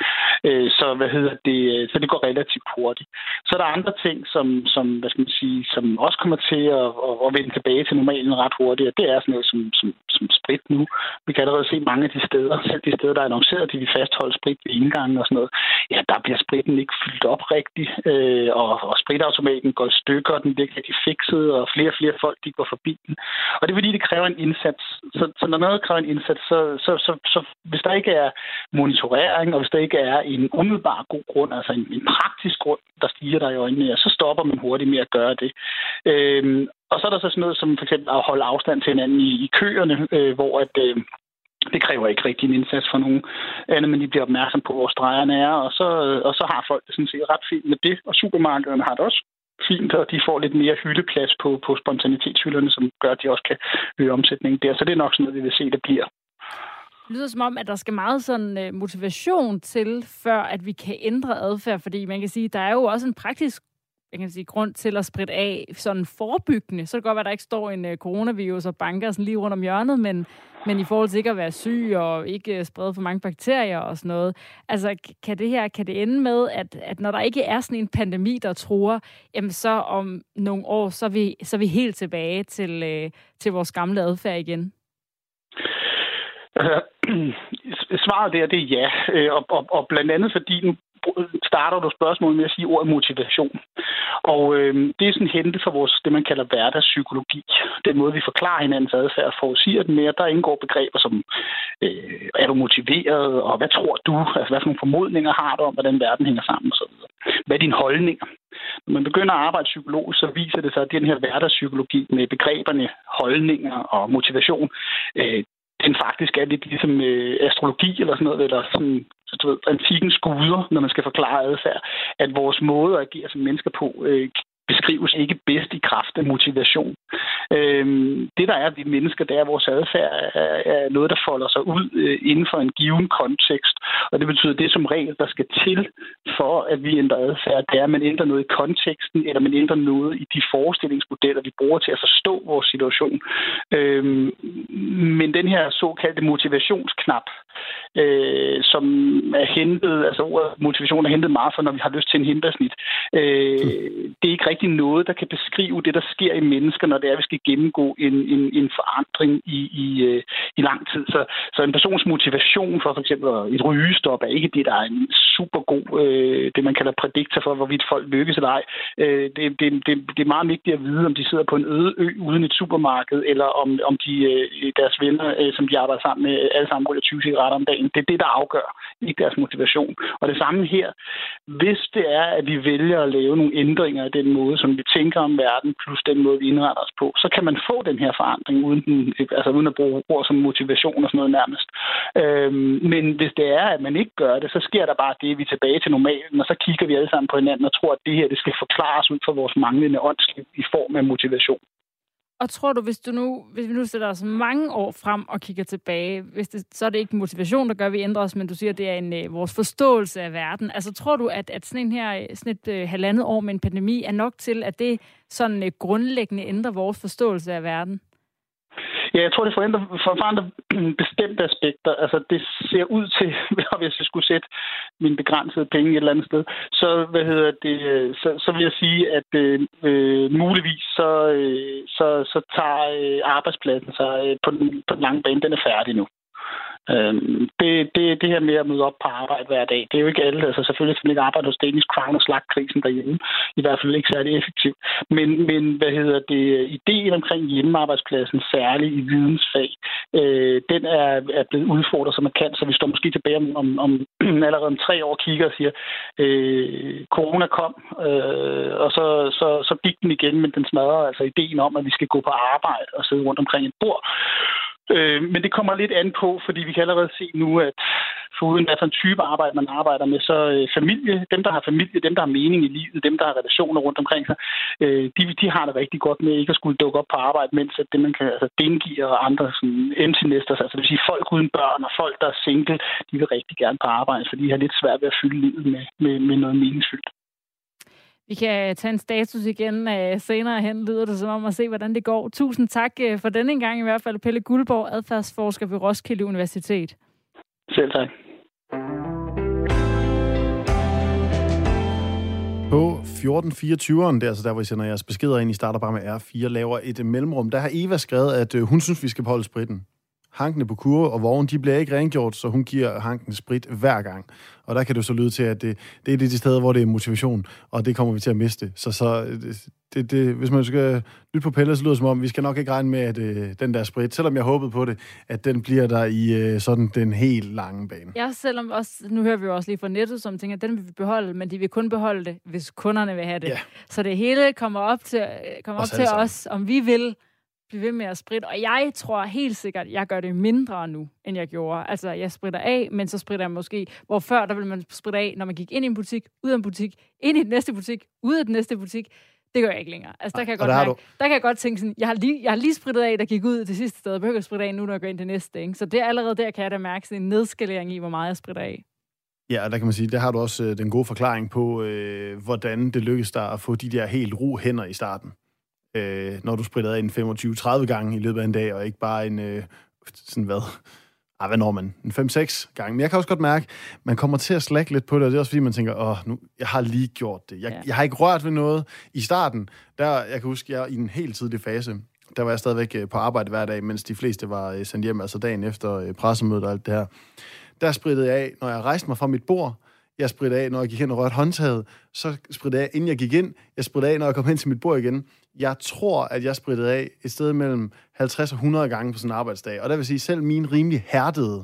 Så det går relativt hurtigt. Så er der andre ting, som også kommer til at vende tilbage til normalen ret hurtigt, og det er sådan noget som sprit nu. Vi kan allerede se mange af de steder, selv de steder, der er annonceret, de vil fastholde sprit ved indgangen og sådan noget. Ja, der bliver spritten ikke fyldt op rigtigt, og spritautomaten går i stykker, og den bliver ikke rigtig fikset, og flere folk, de går forbi den. Og det er fordi, det kræver en indsats. Så når noget kræver en indsats, så hvis der ikke er monitorering, og hvis der ikke er en umiddelbar god grund, altså en praktisk grund, der stiger der i øjnene, så stopper man hurtigt med at gøre det. Og så er der så sådan noget som for eksempel at holde afstand til hinanden i køerne, hvor det kræver ikke rigtig en indsats for nogen andet, men de bliver opmærksom på, hvor stregerne er, og så har folk det sådan set ret fint med det, og supermarkederne har det også fint, og de får lidt mere hyldeplads på spontanitetshylderne, som gør, at de også kan øge omsætningen der. Så det er nok sådan noget, vi vil se, det bliver. Det lyder som om, at der skal meget sådan motivation til, før at vi kan ændre adfærd, fordi man kan sige, der er jo også en praktisk jeg kan sige, grund til at spritte af sådan forebyggende. Så kan det godt være, at der ikke står en coronavirus og banker sådan lige rundt om hjørnet, men i forhold til ikke at være syg og ikke sprede for mange bakterier og sådan noget. Altså, kan det ende med, at når der ikke er sådan en pandemi, der truer, jamen så om nogle år, så er vi helt tilbage til vores gamle adfærd igen? Svaret der, det er ja. Og blandt andet fordi nu starter du spørgsmålet med at sige ordet motivation. Og det er sådan hentet fra vores, det man kalder hverdagspsykologi. Den måde, vi forklarer hinandens adfærd og forudsiger den med, at der indgår begreber som, er du motiveret, og hvad tror du? Altså, hvad for nogle formodninger har du om, hvordan verden hænger sammen osv.? Hvad er dine holdninger? Når man begynder at arbejde psykologisk, så viser det sig, at den her hverdagspsykologi med begreberne holdninger og motivation, den faktisk er lidt ligesom astrologi eller sådan noget, eller sådan, så du ved, antikkens guder, når man skal forklare adfærd, at vores måde at agere som mennesker på beskrives ikke bedst i kraft af motivation. Det, der er vi mennesker, det er, at vores adfærd er noget, der folder sig ud inden for en given kontekst. Og det betyder, at det som regel, der skal til for, at vi ændrer adfærd, det er, at man ændrer noget i konteksten, eller man ændrer noget i de forestillingsmodeller, vi bruger til at forstå vores situation. Men den her såkaldte motivationsknap, som er hentet, altså ordet motivation er hentet meget for, når vi har lyst til en hindbærsnit. Det er ikke rigtig noget, der kan beskrive det, der sker i mennesker, når det er, vi skal gennemgå en forandring i lang tid. Så en persons motivation for eksempel et rygestop er ikke det, der er en super god, det man kalder prediktor for, hvorvidt folk lykkes eller ej. Det er meget vigtigt at vide, om de sidder på en øde ø uden et supermarked, eller om deres venner, som de arbejder sammen med, alle sammen ryger 20 cigaretter om dagen. Det er det, der afgør, ikke deres motivation. Og det samme her. Hvis det er, at vi vælger at lave nogle ændringer af den måde, som vi tænker om verden, plus den måde, vi indretter os på, så kan man få den her forandring uden at bruge ord som motivation og sådan noget nærmest. Men hvis det er, at man ikke gør det, så sker der bare det, vi er tilbage til normalen, og så kigger vi alle sammen på hinanden og tror, at det her det skal forklares ud fra vores manglende åndsliv i form af motivation. Og tror du, hvis vi nu sætter os mange år frem og kigger tilbage, så er det ikke motivation, der gør, at vi ændrer os, men du siger, at det er vores forståelse af verden. Altså tror du, at sådan et halvandet år med en pandemi er nok til, at det sådan grundlæggende ændrer vores forståelse af verden? Ja, jeg tror, det forandrer bestemte aspekter. Altså, det ser ud til, hvis jeg skulle sætte mine begrænsede penge et eller andet sted, så vil jeg sige, at muligvis så tager arbejdspladsen sig på den lange bane, den er færdig nu. Det her med at møde op på arbejde hver dag, det er jo ikke alle. Altså selvfølgelig kan man ikke arbejde hos Danish Crown og slagte krisen derhjemme. I hvert fald ikke særlig effektivt. Men ideen omkring hjemmearbejdspladsen, særligt i vidensfag, den er blevet udfordret som man kan, så vi står måske tilbage om allerede om 3 år kigger og siger, corona kom, og så gik den igen, men den smadrer altså ideen om, at vi skal gå på arbejde og sidde rundt omkring et bord. Men det kommer lidt an på, fordi vi kan allerede se nu, at foruden hvad for en type arbejde, man arbejder med, så familie, dem der har familie, dem der har mening i livet, dem der har relationer rundt omkring sig, de har det rigtig godt med ikke at skulle dukke op på arbejde, mens at det man kan, altså bengiver og andre sådan empty nesters, altså det vil sige folk uden børn og folk der er single, de vil rigtig gerne på arbejde, for de har lidt svært ved at fylde livet med noget meningsfyldt. Vi kan tage en status igen senere hen, lyder det som om, at se, hvordan det går. Tusind tak for denne gang i hvert fald, Pelle Guldborg, adfærdsforsker ved Roskilde Universitet. Selv tak. På 1424'eren, det er altså der, hvor I sender jeres beskeder ind, I starter bare med R4, laver et mellemrum. Der har Eva skrevet, at hun synes, vi skal beholde spritten. Hankene på kurve og vogn, de bliver ikke rengjort, så hun giver hanken sprit hver gang. Og der kan det så lyde til, at det er de steder, hvor det er motivation, og det kommer vi til at miste. Så hvis man skal lytte på Pelle, så lyder det som om, vi skal nok ikke regne med, at den der sprit, selvom jeg håbede på det, at den bliver der i sådan den helt lange bane. Ja, selvom også, nu hører vi jo også lige fra Netto, som tænker, at den vil vi beholde, men de vil kun beholde det, hvis kunderne vil have det. Ja. Så det hele kommer op til os, om vi vil blive ved med at spritte. Og jeg tror helt sikkert, at jeg gør det mindre nu, end jeg gjorde. Altså, jeg spritter af, men så spritter jeg måske, hvor før, der ville man spritte af, når man gik ind i en butik, ud af en butik, ind i den næste butik, ud af den næste butik. Det gør jeg ikke længere. Altså, der kan jeg godt tænke sådan, jeg har lige sprittet af, der gik ud det sidste sted. Jeg behøver at spritte af nu, når jeg går ind til næste. Ikke? Så det er allerede der, kan jeg da mærke sådan en nedskalering i, hvor meget jeg spritter af. Ja, og der kan man sige, der har du også den gode forklaring på, hvordan det lykkes dig at få de der helt ro hænder i starten. Når du spritter af en 25-30 gange i løbet af en dag, og ikke bare en, sådan hvad når man? En 5-6 gange. Men jeg kan også godt mærke, man kommer til at slække lidt på det, og det er også fordi, man tænker, nu, jeg har lige gjort det. Jeg har ikke rørt ved noget. I starten, jeg kan huske, jeg i en helt tidlig fase, der var jeg stadigvæk på arbejde hver dag, mens de fleste var sendt hjem, altså dagen efter pressemødet og alt det her. Der sprittede jeg af, når jeg rejste mig fra mit bord. Jeg sprittede af, når jeg gik hen og rørte håndtaget. Så sprittede jeg af, inden jeg gik ind. Jeg sprittede af, når jeg kom hen til mit bord igen. Jeg tror, at jeg sprittede af et sted mellem 50 og 100 gange på sådan en arbejdsdag. Og der vil sige, selv mine rimelig hærdede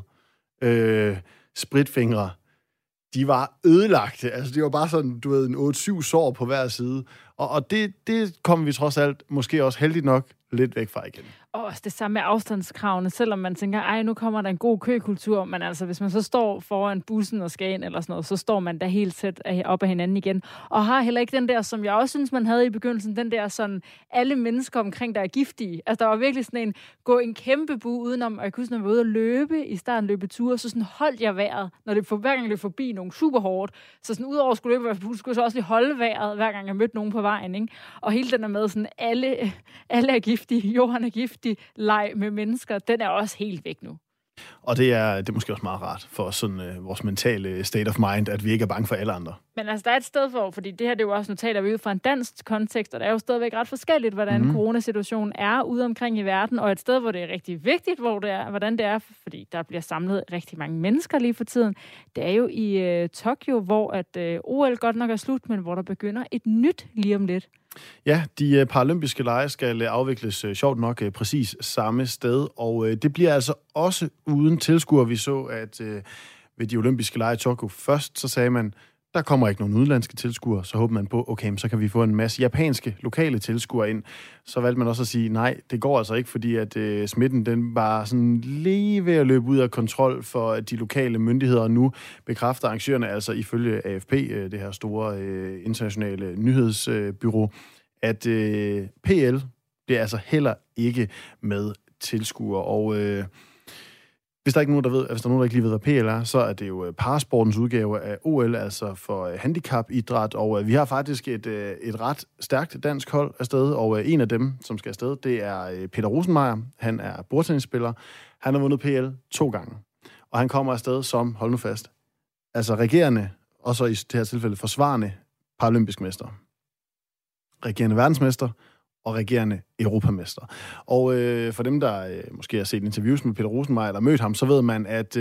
spritfingre, de var ødelagte. Altså, det var bare sådan, du ved, en 8-7 sår på hver side. Og det kommer vi trods alt, måske også heldigt nok, lidt væk fra igen. Og også det samme med afstandskravene, selvom man tænker, nu kommer der en god køkultur, men altså, hvis man så står foran bussen og skal ind eller sådan noget, så står man der helt tæt op ad hinanden igen. Og har heller ikke den der, som jeg også synes, man havde i begyndelsen, den der sådan, alle mennesker omkring, der er giftige. Altså, der var virkelig sådan gå en kæmpe bu udenom, og jeg kunne huske, når jeg var ude at løbe, i starten løbeture, så sådan holdt jeg vejret, når det hver gang løb forbi nogen super hårdt. Så sådan, udover at skulle løbe, skulle jeg så også lige holde vejret, hver gang jeg mødte nogen på vejen, ikke? Og hele den der med sådan, alle er giftige, jorden er giftig, leg med mennesker, den er også helt væk nu. Og det er måske også meget rart for sådan vores mentale state of mind, at vi ikke er bange for alle andre. Men altså, der er et sted for, fordi det her det er jo også, nu taler vi ud fra en dansk kontekst, og der er jo stadigvæk ret forskelligt, hvordan coronasituationen er ude omkring i verden, og et sted, hvor det er rigtig vigtigt, hvordan det er, fordi der bliver samlet rigtig mange mennesker lige for tiden. Det er jo i Tokyo, hvor at OL godt nok er slut, men hvor der begynder et nyt lige om lidt. Ja, de paralympiske lege skal afvikles sjovt nok præcis samme sted, og det bliver altså også uden tilskuere. Vi så, at ved de olympiske lege i Tokyo først, så sagde man, der kommer ikke nogen udenlandske tilskuere, så håber man på, okay, så kan vi få en masse japanske lokale tilskuere ind. Så valgte man også at sige, nej, det går altså ikke, fordi at smitten, den var sådan lige ved at løbe ud af kontrol for de lokale myndigheder, og nu bekræfter arrangørerne altså ifølge AFP, det her store internationale nyhedsbyrå, at PL bliver altså heller ikke med tilskuere, og hvis der er nogen, der ikke lige ved, hvad PL er, så er det jo parasportens udgave af OL, altså for handicapidræt, og vi har faktisk et ret stærkt dansk hold afsted, og en af dem, som skal afsted, det er Peter Rosenmeier. Han er bordtennisspiller. Han har vundet PL 2 gange, og han kommer afsted som, hold nu fast, altså regerende, og så i det her tilfælde forsvarende paralympisk mester. Regerende verdensmester og regerende europamester. Og for dem, der måske har set interviews med Peter Rosenmeier, eller mødt ham, så ved man, at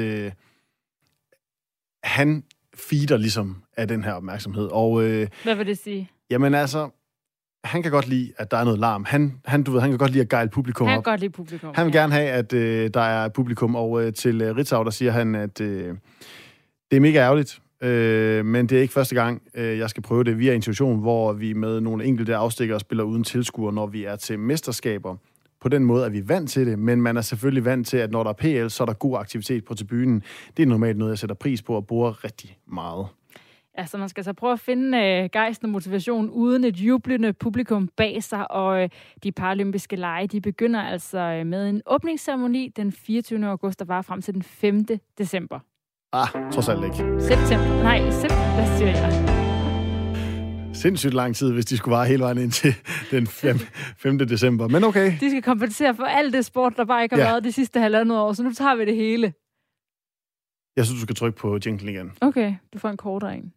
han feeder ligesom af den her opmærksomhed. Og, hvad vil det sige? Jamen altså, han kan godt lide, at der er noget larm. Han kan godt lide at gejle publikum op. Han kan godt lide publikum. Han vil gerne have, at der er publikum. Og til Ritzau, der siger han, at det er mega ærgerligt, men det er ikke første gang, jeg skal prøve det. Vi er en situation, hvor vi med nogle enkelte afstikkere spiller uden tilskuere, når vi er til mesterskaber. På den måde er vi vant til det, men man er selvfølgelig vant til, at når der er PL, så er der god aktivitet på tribunen. Det er normalt noget, jeg sætter pris på og bruger rigtig meget. Ja, så man skal så prøve at finde gejsten og motivation uden et jublende publikum bag sig, og de paralympiske lege, de begynder altså med en åbningsceremoni den 24. august, der var frem til den 5. december. Trods alt ikke. Hvad siger jeg? Sindssygt lang tid, hvis de skulle vare hele vejen ind til den 5. december. Men okay. De skal kompensere for alt det sport, der bare ikke har været de sidste 1,5 år, så nu tager vi det hele. Jeg synes, du skal trykke på jinglen igen. Okay, du får en kortere en.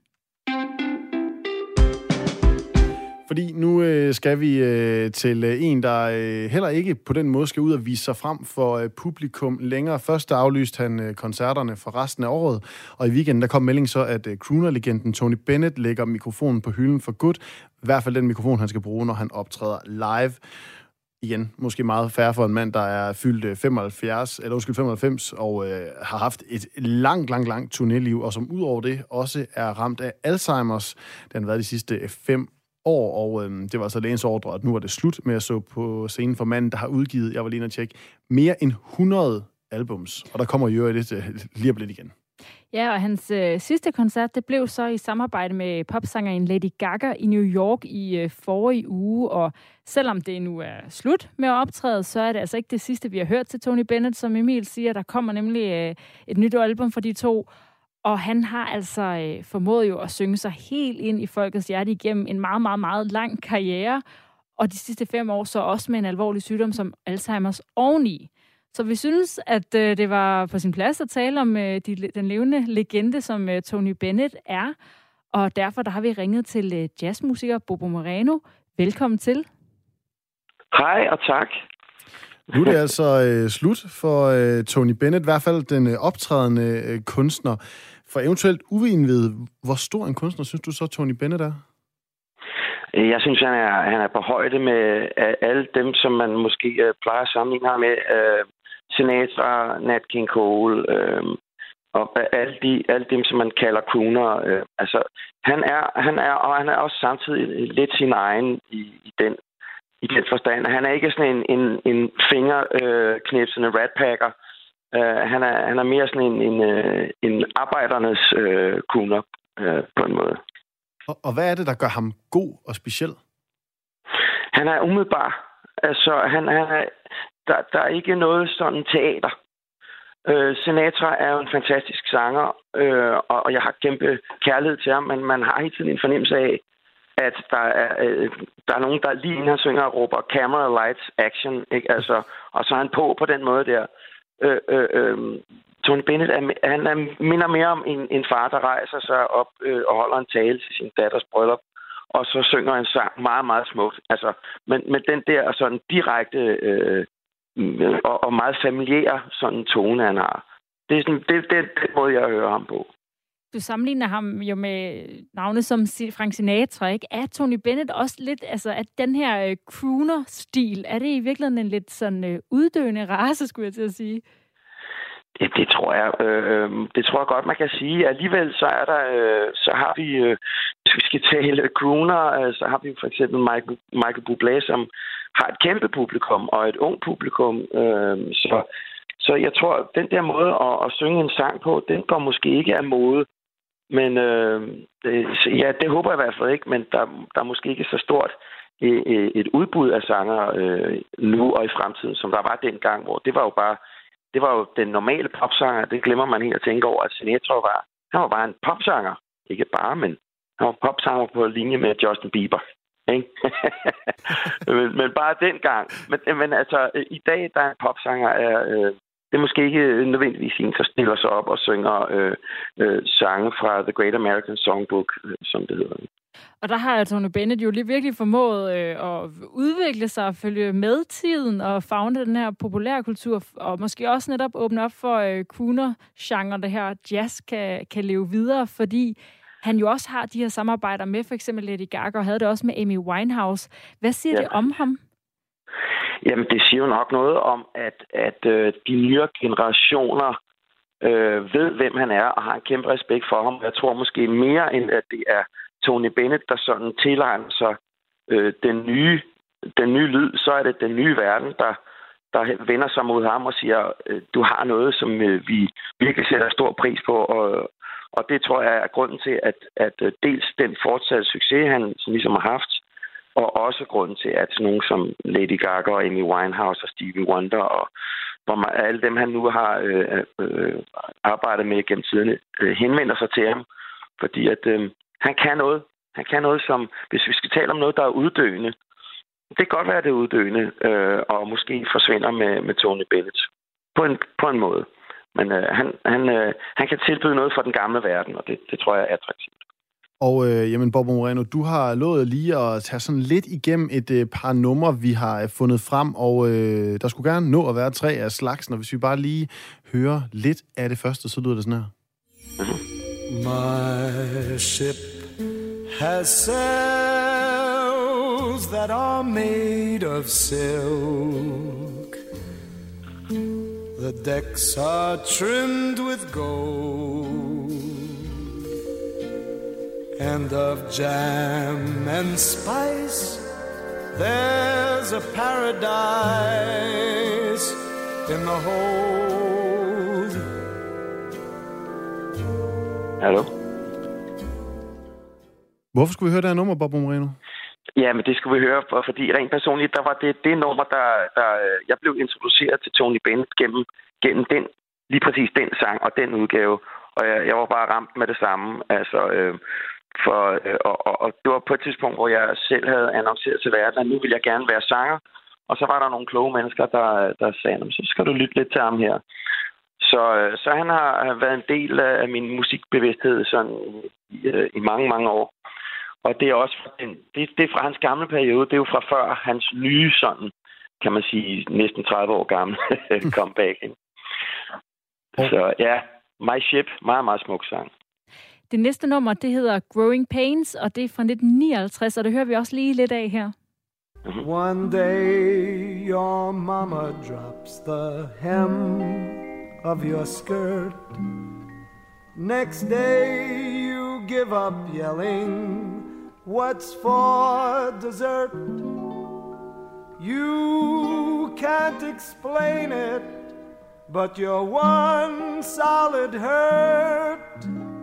Fordi nu skal vi til en, der heller ikke på den måde skal ud og vise sig frem for publikum længere. Først aflyste han koncerterne for resten af året, og i weekenden der kom melding så, at crooner-legenden Tony Bennett lægger mikrofonen på hylden for godt. I hvert fald den mikrofon, han skal bruge, når han optræder live. Igen, måske meget fair for en mand, der er fyldt 95 og har haft et langt turnéliv, og som udover det også er ramt af Alzheimer's. Den har været de sidste 5 år, og det var altså lægens ordre, at nu var det slut med at stå på scenen for manden, der har udgivet, jeg var lige inde at tjekke, mere end 100 albums. Og der kommer jo lidt lige om lidt igen. Ja, og hans sidste koncert, det blev så i samarbejde med popsangeren Lady Gaga i New York i forrige uge, og selvom det nu er slut med at optræde, så er det altså ikke det sidste, vi har hørt til Tony Bennett, som Emil siger. Der kommer nemlig et nyt album for de to, Og han har altså formået jo at synge sig helt ind i folkets hjerte igennem en meget, meget, meget lang karriere. Og de sidste 5 år så også med en alvorlig sygdom som Alzheimers oveni. Så vi synes, at det var på sin plads at tale om den levende legende, som Tony Bennett er. Og derfor der har vi ringet til jazzmusiker Bobo Moreno. Velkommen til. Hej og tak. Nu er det altså slut for Tony Bennett, i hvert fald den optrædende kunstner. For eventuelt uindvidet, hvor stor en kunstner synes du så, Tony Bennett er? Jeg synes, han er på højde med alle dem, som man måske plejer at sammenligne ham med. Sinatra, Nat King Cole, og alle dem, som man kalder crooner. Altså, han er også samtidig lidt sin egen i den forstand. Han er ikke sådan en fingerknipsende ratpacker. Han er mere sådan en arbejdernes crooner på en måde. Og hvad er det, der gør ham god og speciel? Han er umiddelbar. Altså, der er ikke noget sådan teater. Sinatra er jo en fantastisk sanger, og jeg har kæmpe kærlighed til ham, men man har hele tiden en fornemmelse af, at der er nogen, der lige inden han synger og råber camera, lights, action, ikke? Altså, og så er han på den måde der. Tony Bennett minder mere om en far, der rejser sig op og holder en tale til sin datters bryllup, og så synger en sang meget, meget smukt. Altså, men den der sådan direkte og meget familiære sådan tone, han har. Det er den måde, jeg hører ham på. Du sammenligner ham jo med navne som Frank Sinatra, ikke? Er Tony Bennett også lidt, altså at den her crooner-stil, er det i virkeligheden en lidt sådan uddøende race, skulle jeg til at sige? Det tror jeg. Det tror jeg godt, man kan sige. Alligevel så er der, så har vi, hvis vi skal tale crooner, så har vi for eksempel Michael Bublé, som har et kæmpe publikum og et ung publikum. Så jeg tror, at den der måde at synge en sang på, den går måske ikke af mode. Men det håber jeg i hvert fald ikke, men der er måske ikke så stort et udbud af sanger nu og i fremtiden, som der var dengang, hvor det var jo den normale popsanger. Det glemmer man helt at tænke over, at Sinatra var. Han var bare en popsanger. Ikke bare, men han var popsanger på linje med Justin Bieber. Ikke? men bare dengang. Men altså, i dag, der er en popsanger, det er måske ikke nødvendigvis en, der stiller sig op og synger sange fra The Great American Songbook, som det hedder. Og der har Tony Bennett jo lige virkelig formået at udvikle sig og følge med tiden og favne den her populærkultur, og måske også netop åbne op for crooner-genre, det her jazz kan leve videre, fordi han jo også har de her samarbejder med for eksempel Lady Gaga, og havde det også med Amy Winehouse. Hvad siger det om ham? Jamen, det siger jo nok noget om, at de nye generationer ved, hvem han er, og har en kæmpe respekt for ham. Jeg tror måske mere, end at det er Tony Bennett, der sådan tilegner sig den nye lyd, så er det den nye verden, der vender sig mod ham og siger, du har noget, som vi virkelig sætter stor pris på, og det tror jeg er grunden til, at dels den fortsatte succes, han ligesom har haft, og også grunden til, at sådan nogen som Lady Gaga og Amy Winehouse og Stevie Wonder og alle dem, han nu har arbejdet med gennem tiderne, henvender sig til ham, fordi at han kan noget. Han kan noget, som, hvis vi skal tale om noget, der er uddøende, det kan godt være, det er uddøende, og måske forsvinder med Tony Bennett på en måde. Men han kan tilbyde noget for den gamle verden, og det tror jeg er attraktivt. Og jamen Bobo Moreno, du har lovet lige at tage sådan lidt igennem et par numre, vi har fundet frem, og der skulle gerne nå at være 3 af slagsen, og hvis vi bare lige hører lidt af det første, så lyder det sådan her. My ship has sails that are made of silk. The decks are trimmed with gold, and of jam and spice there's a paradise in the hold. Hallo? Hvorfor skulle vi høre det her nummer, Bobo Moreno? Ja, men det skulle vi høre, fordi rent personligt, der var det nummer, der jeg blev introduceret til Tony Bennett gennem den, lige præcis den sang og den udgave. Og jeg var bare ramt med det samme. Altså, og det var på et tidspunkt, hvor jeg selv havde annonceret til verden, at nu vil jeg gerne være sanger. Og så var der nogle kloge mennesker, der sagde, så skal du lytte lidt til ham her. Så han har været en del af min musikbevidsthed sådan, i mange, mange år. Og det er også det er fra hans gamle periode. Det er jo fra før hans nye sådan, kan man sige, næsten 30 år gammel comeback. Så ja, My Ship, meget, meget smuk sang. Det næste nummer, det hedder Growing Pains, og det er fra 1959, og det hører vi også lige lidt af her. One day your mama drops the hem of your skirt. Next day you give up yelling, what's for dessert? You can't explain it, but you're one solid hurt.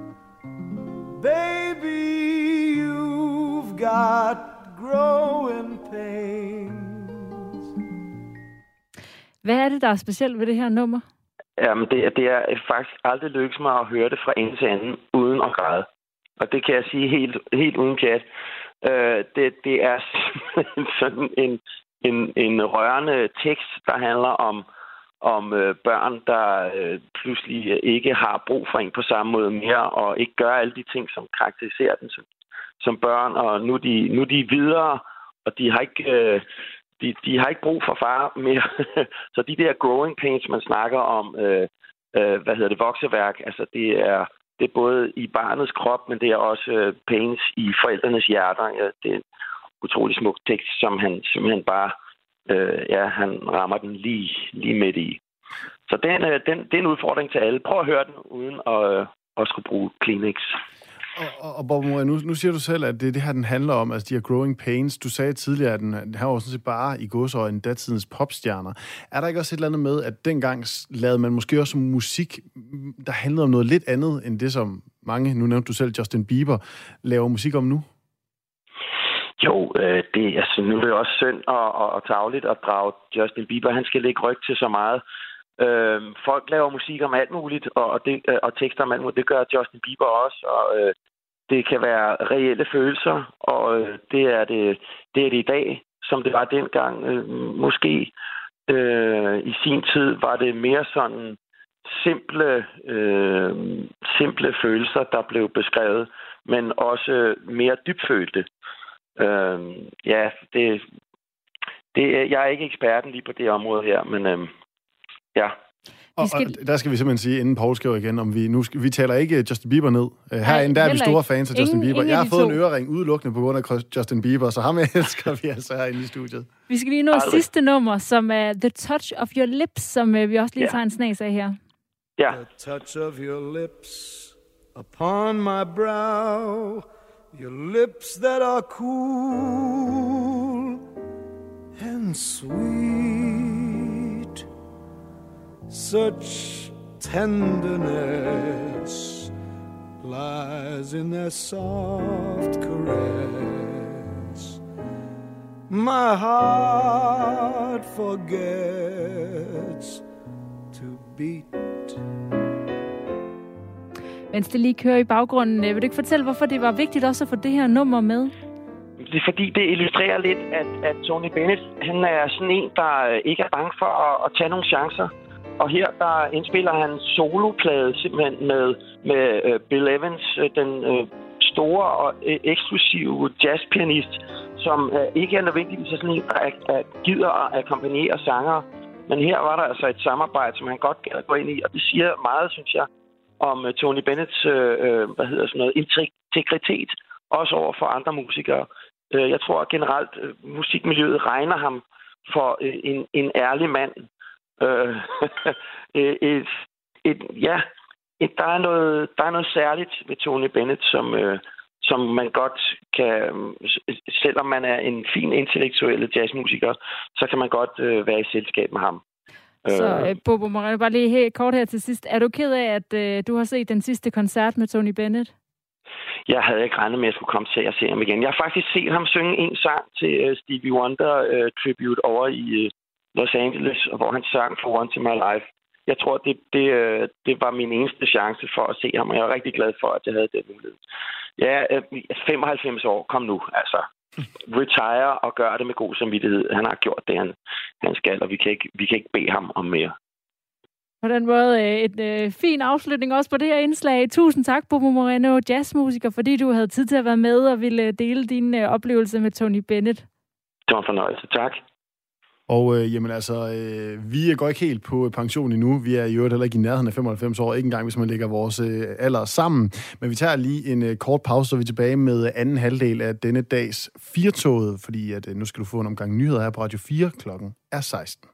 Baby, you've got growing pains. Hvad er det, der er specielt ved det her nummer? Jamen, det er faktisk aldrig lykkedes mig at høre det fra ende til anden, uden at græde. Og det kan jeg sige helt uden pjat. Det er sådan en rørende tekst, der handler om børn, der pludselig ikke har brug for en på samme måde mere, og ikke gør alle de ting, som karakteriserer dem som børn. Og nu er de videre, og de har ikke... De har ikke brug for far mere. Så de der growing pains, man snakker om, vokseværk, altså det er både i barnets krop, men det er også pains i forældrenes hjerter. Ja, det er en utrolig smuk tekst, som han simpelthen bare, han rammer den lige midt i. Så det er en udfordring til alle. Prøv at høre den, uden at skulle bruge Kleenex. Og Bob Moran, nu siger du selv, at det er det her, den handler om, altså de her growing pains. Du sagde tidligere, at den her var sådan set bare i godsøjne datidens popstjerner. Er der ikke også et eller andet med, at dengang lavede man måske også musik, der handlede om noget lidt andet, end det, som mange, nu nævnte du selv Justin Bieber, laver musik om nu? Jo, nu er det også synd og tarveligt at drage Justin Bieber. Han skal lægge ryg til så meget. Folk laver musik om alt muligt, og tekster om alt muligt. Det gør Justin Bieber også, og det kan være reelle følelser, og det er det i dag, som det var dengang. Måske i sin tid var det mere sådan simple følelser, der blev beskrevet, men også mere dybfølte. Jeg er ikke eksperten lige på det område her, men ja. Og der skal vi simpelthen sige, inden Poul skriver igen, om vi taler ikke Justin Bieber ned. Herinde, der er vi store fans af Justin Bieber. Jeg har fået en ørering udelukkende på grund af Justin Bieber, så ham elsker vi altså herinde i studiet. Vi skal lige nå sidste nummer, som er The Touch of Your Lips, som vi også lige tager en snas af her. Ja. The touch of your lips upon my brow, your lips that are cool and sweet. Such tenderness lies in their soft caress. My heart forgets to beat. Mens det lige kører i baggrunden, vil du ikke fortælle, hvorfor det var vigtigt også at få det her nummer med? Det er fordi, det illustrerer lidt, at Tony Bennett, han er sådan en, der ikke er bange for at tage nogle chancer. Og her, der indspiller han soloplade simpelthen med Bill Evans, den store og eksklusive jazzpianist, som ikke er nødvendigvis sådan en, der gider at akkompagnere sanger. Men her var der altså et samarbejde, som han godt gad at gå ind i, og det siger meget, synes jeg, om Tony Bennetts integritet, også over for andre musikere. Jeg tror generelt, musikmiljøet regner ham for en ærlig mand. Der er noget særligt ved Tony Bennett, som man godt kan, selvom man er en fin intellektuel jazzmusiker, så kan man godt være i selskab med ham. Så Bobo Moran, bare lige helt kort her til sidst. Er du ked af, at du har set den sidste koncert med Tony Bennett? Jeg havde ikke regnet med, at jeg skulle komme til at se ham igen. Jeg har faktisk set ham synge en sang til Stevie Wonder Tribute over i Los Angeles, hvor han sang For Once in My Life. Jeg tror, det var min eneste chance for at se ham, og jeg er rigtig glad for, at jeg havde den mulighed. Ja, 95 år, kom nu, altså. Retire og gøre det med god samvittighed. Han har gjort det, han skal, og vi kan ikke bede ham om mere. På den måde en fin afslutning også på det her indslag. Tusind tak, Bobo Moreno, jazzmusiker, fordi du havde tid til at være med og ville dele din oplevelse med Tony Bennett. Det var en fornøjelse. Tak. Og vi går ikke helt på pension endnu. Vi er i øvrigt heller ikke i nærheden af 95 år. Ikke engang, hvis man lægger vores alder sammen. Men vi tager lige en kort pause, så vi er tilbage med anden halvdel af denne dags 4-toget. Fordi at, nu skal du få en omgang nyheder her på Radio 4. Klokken er 16.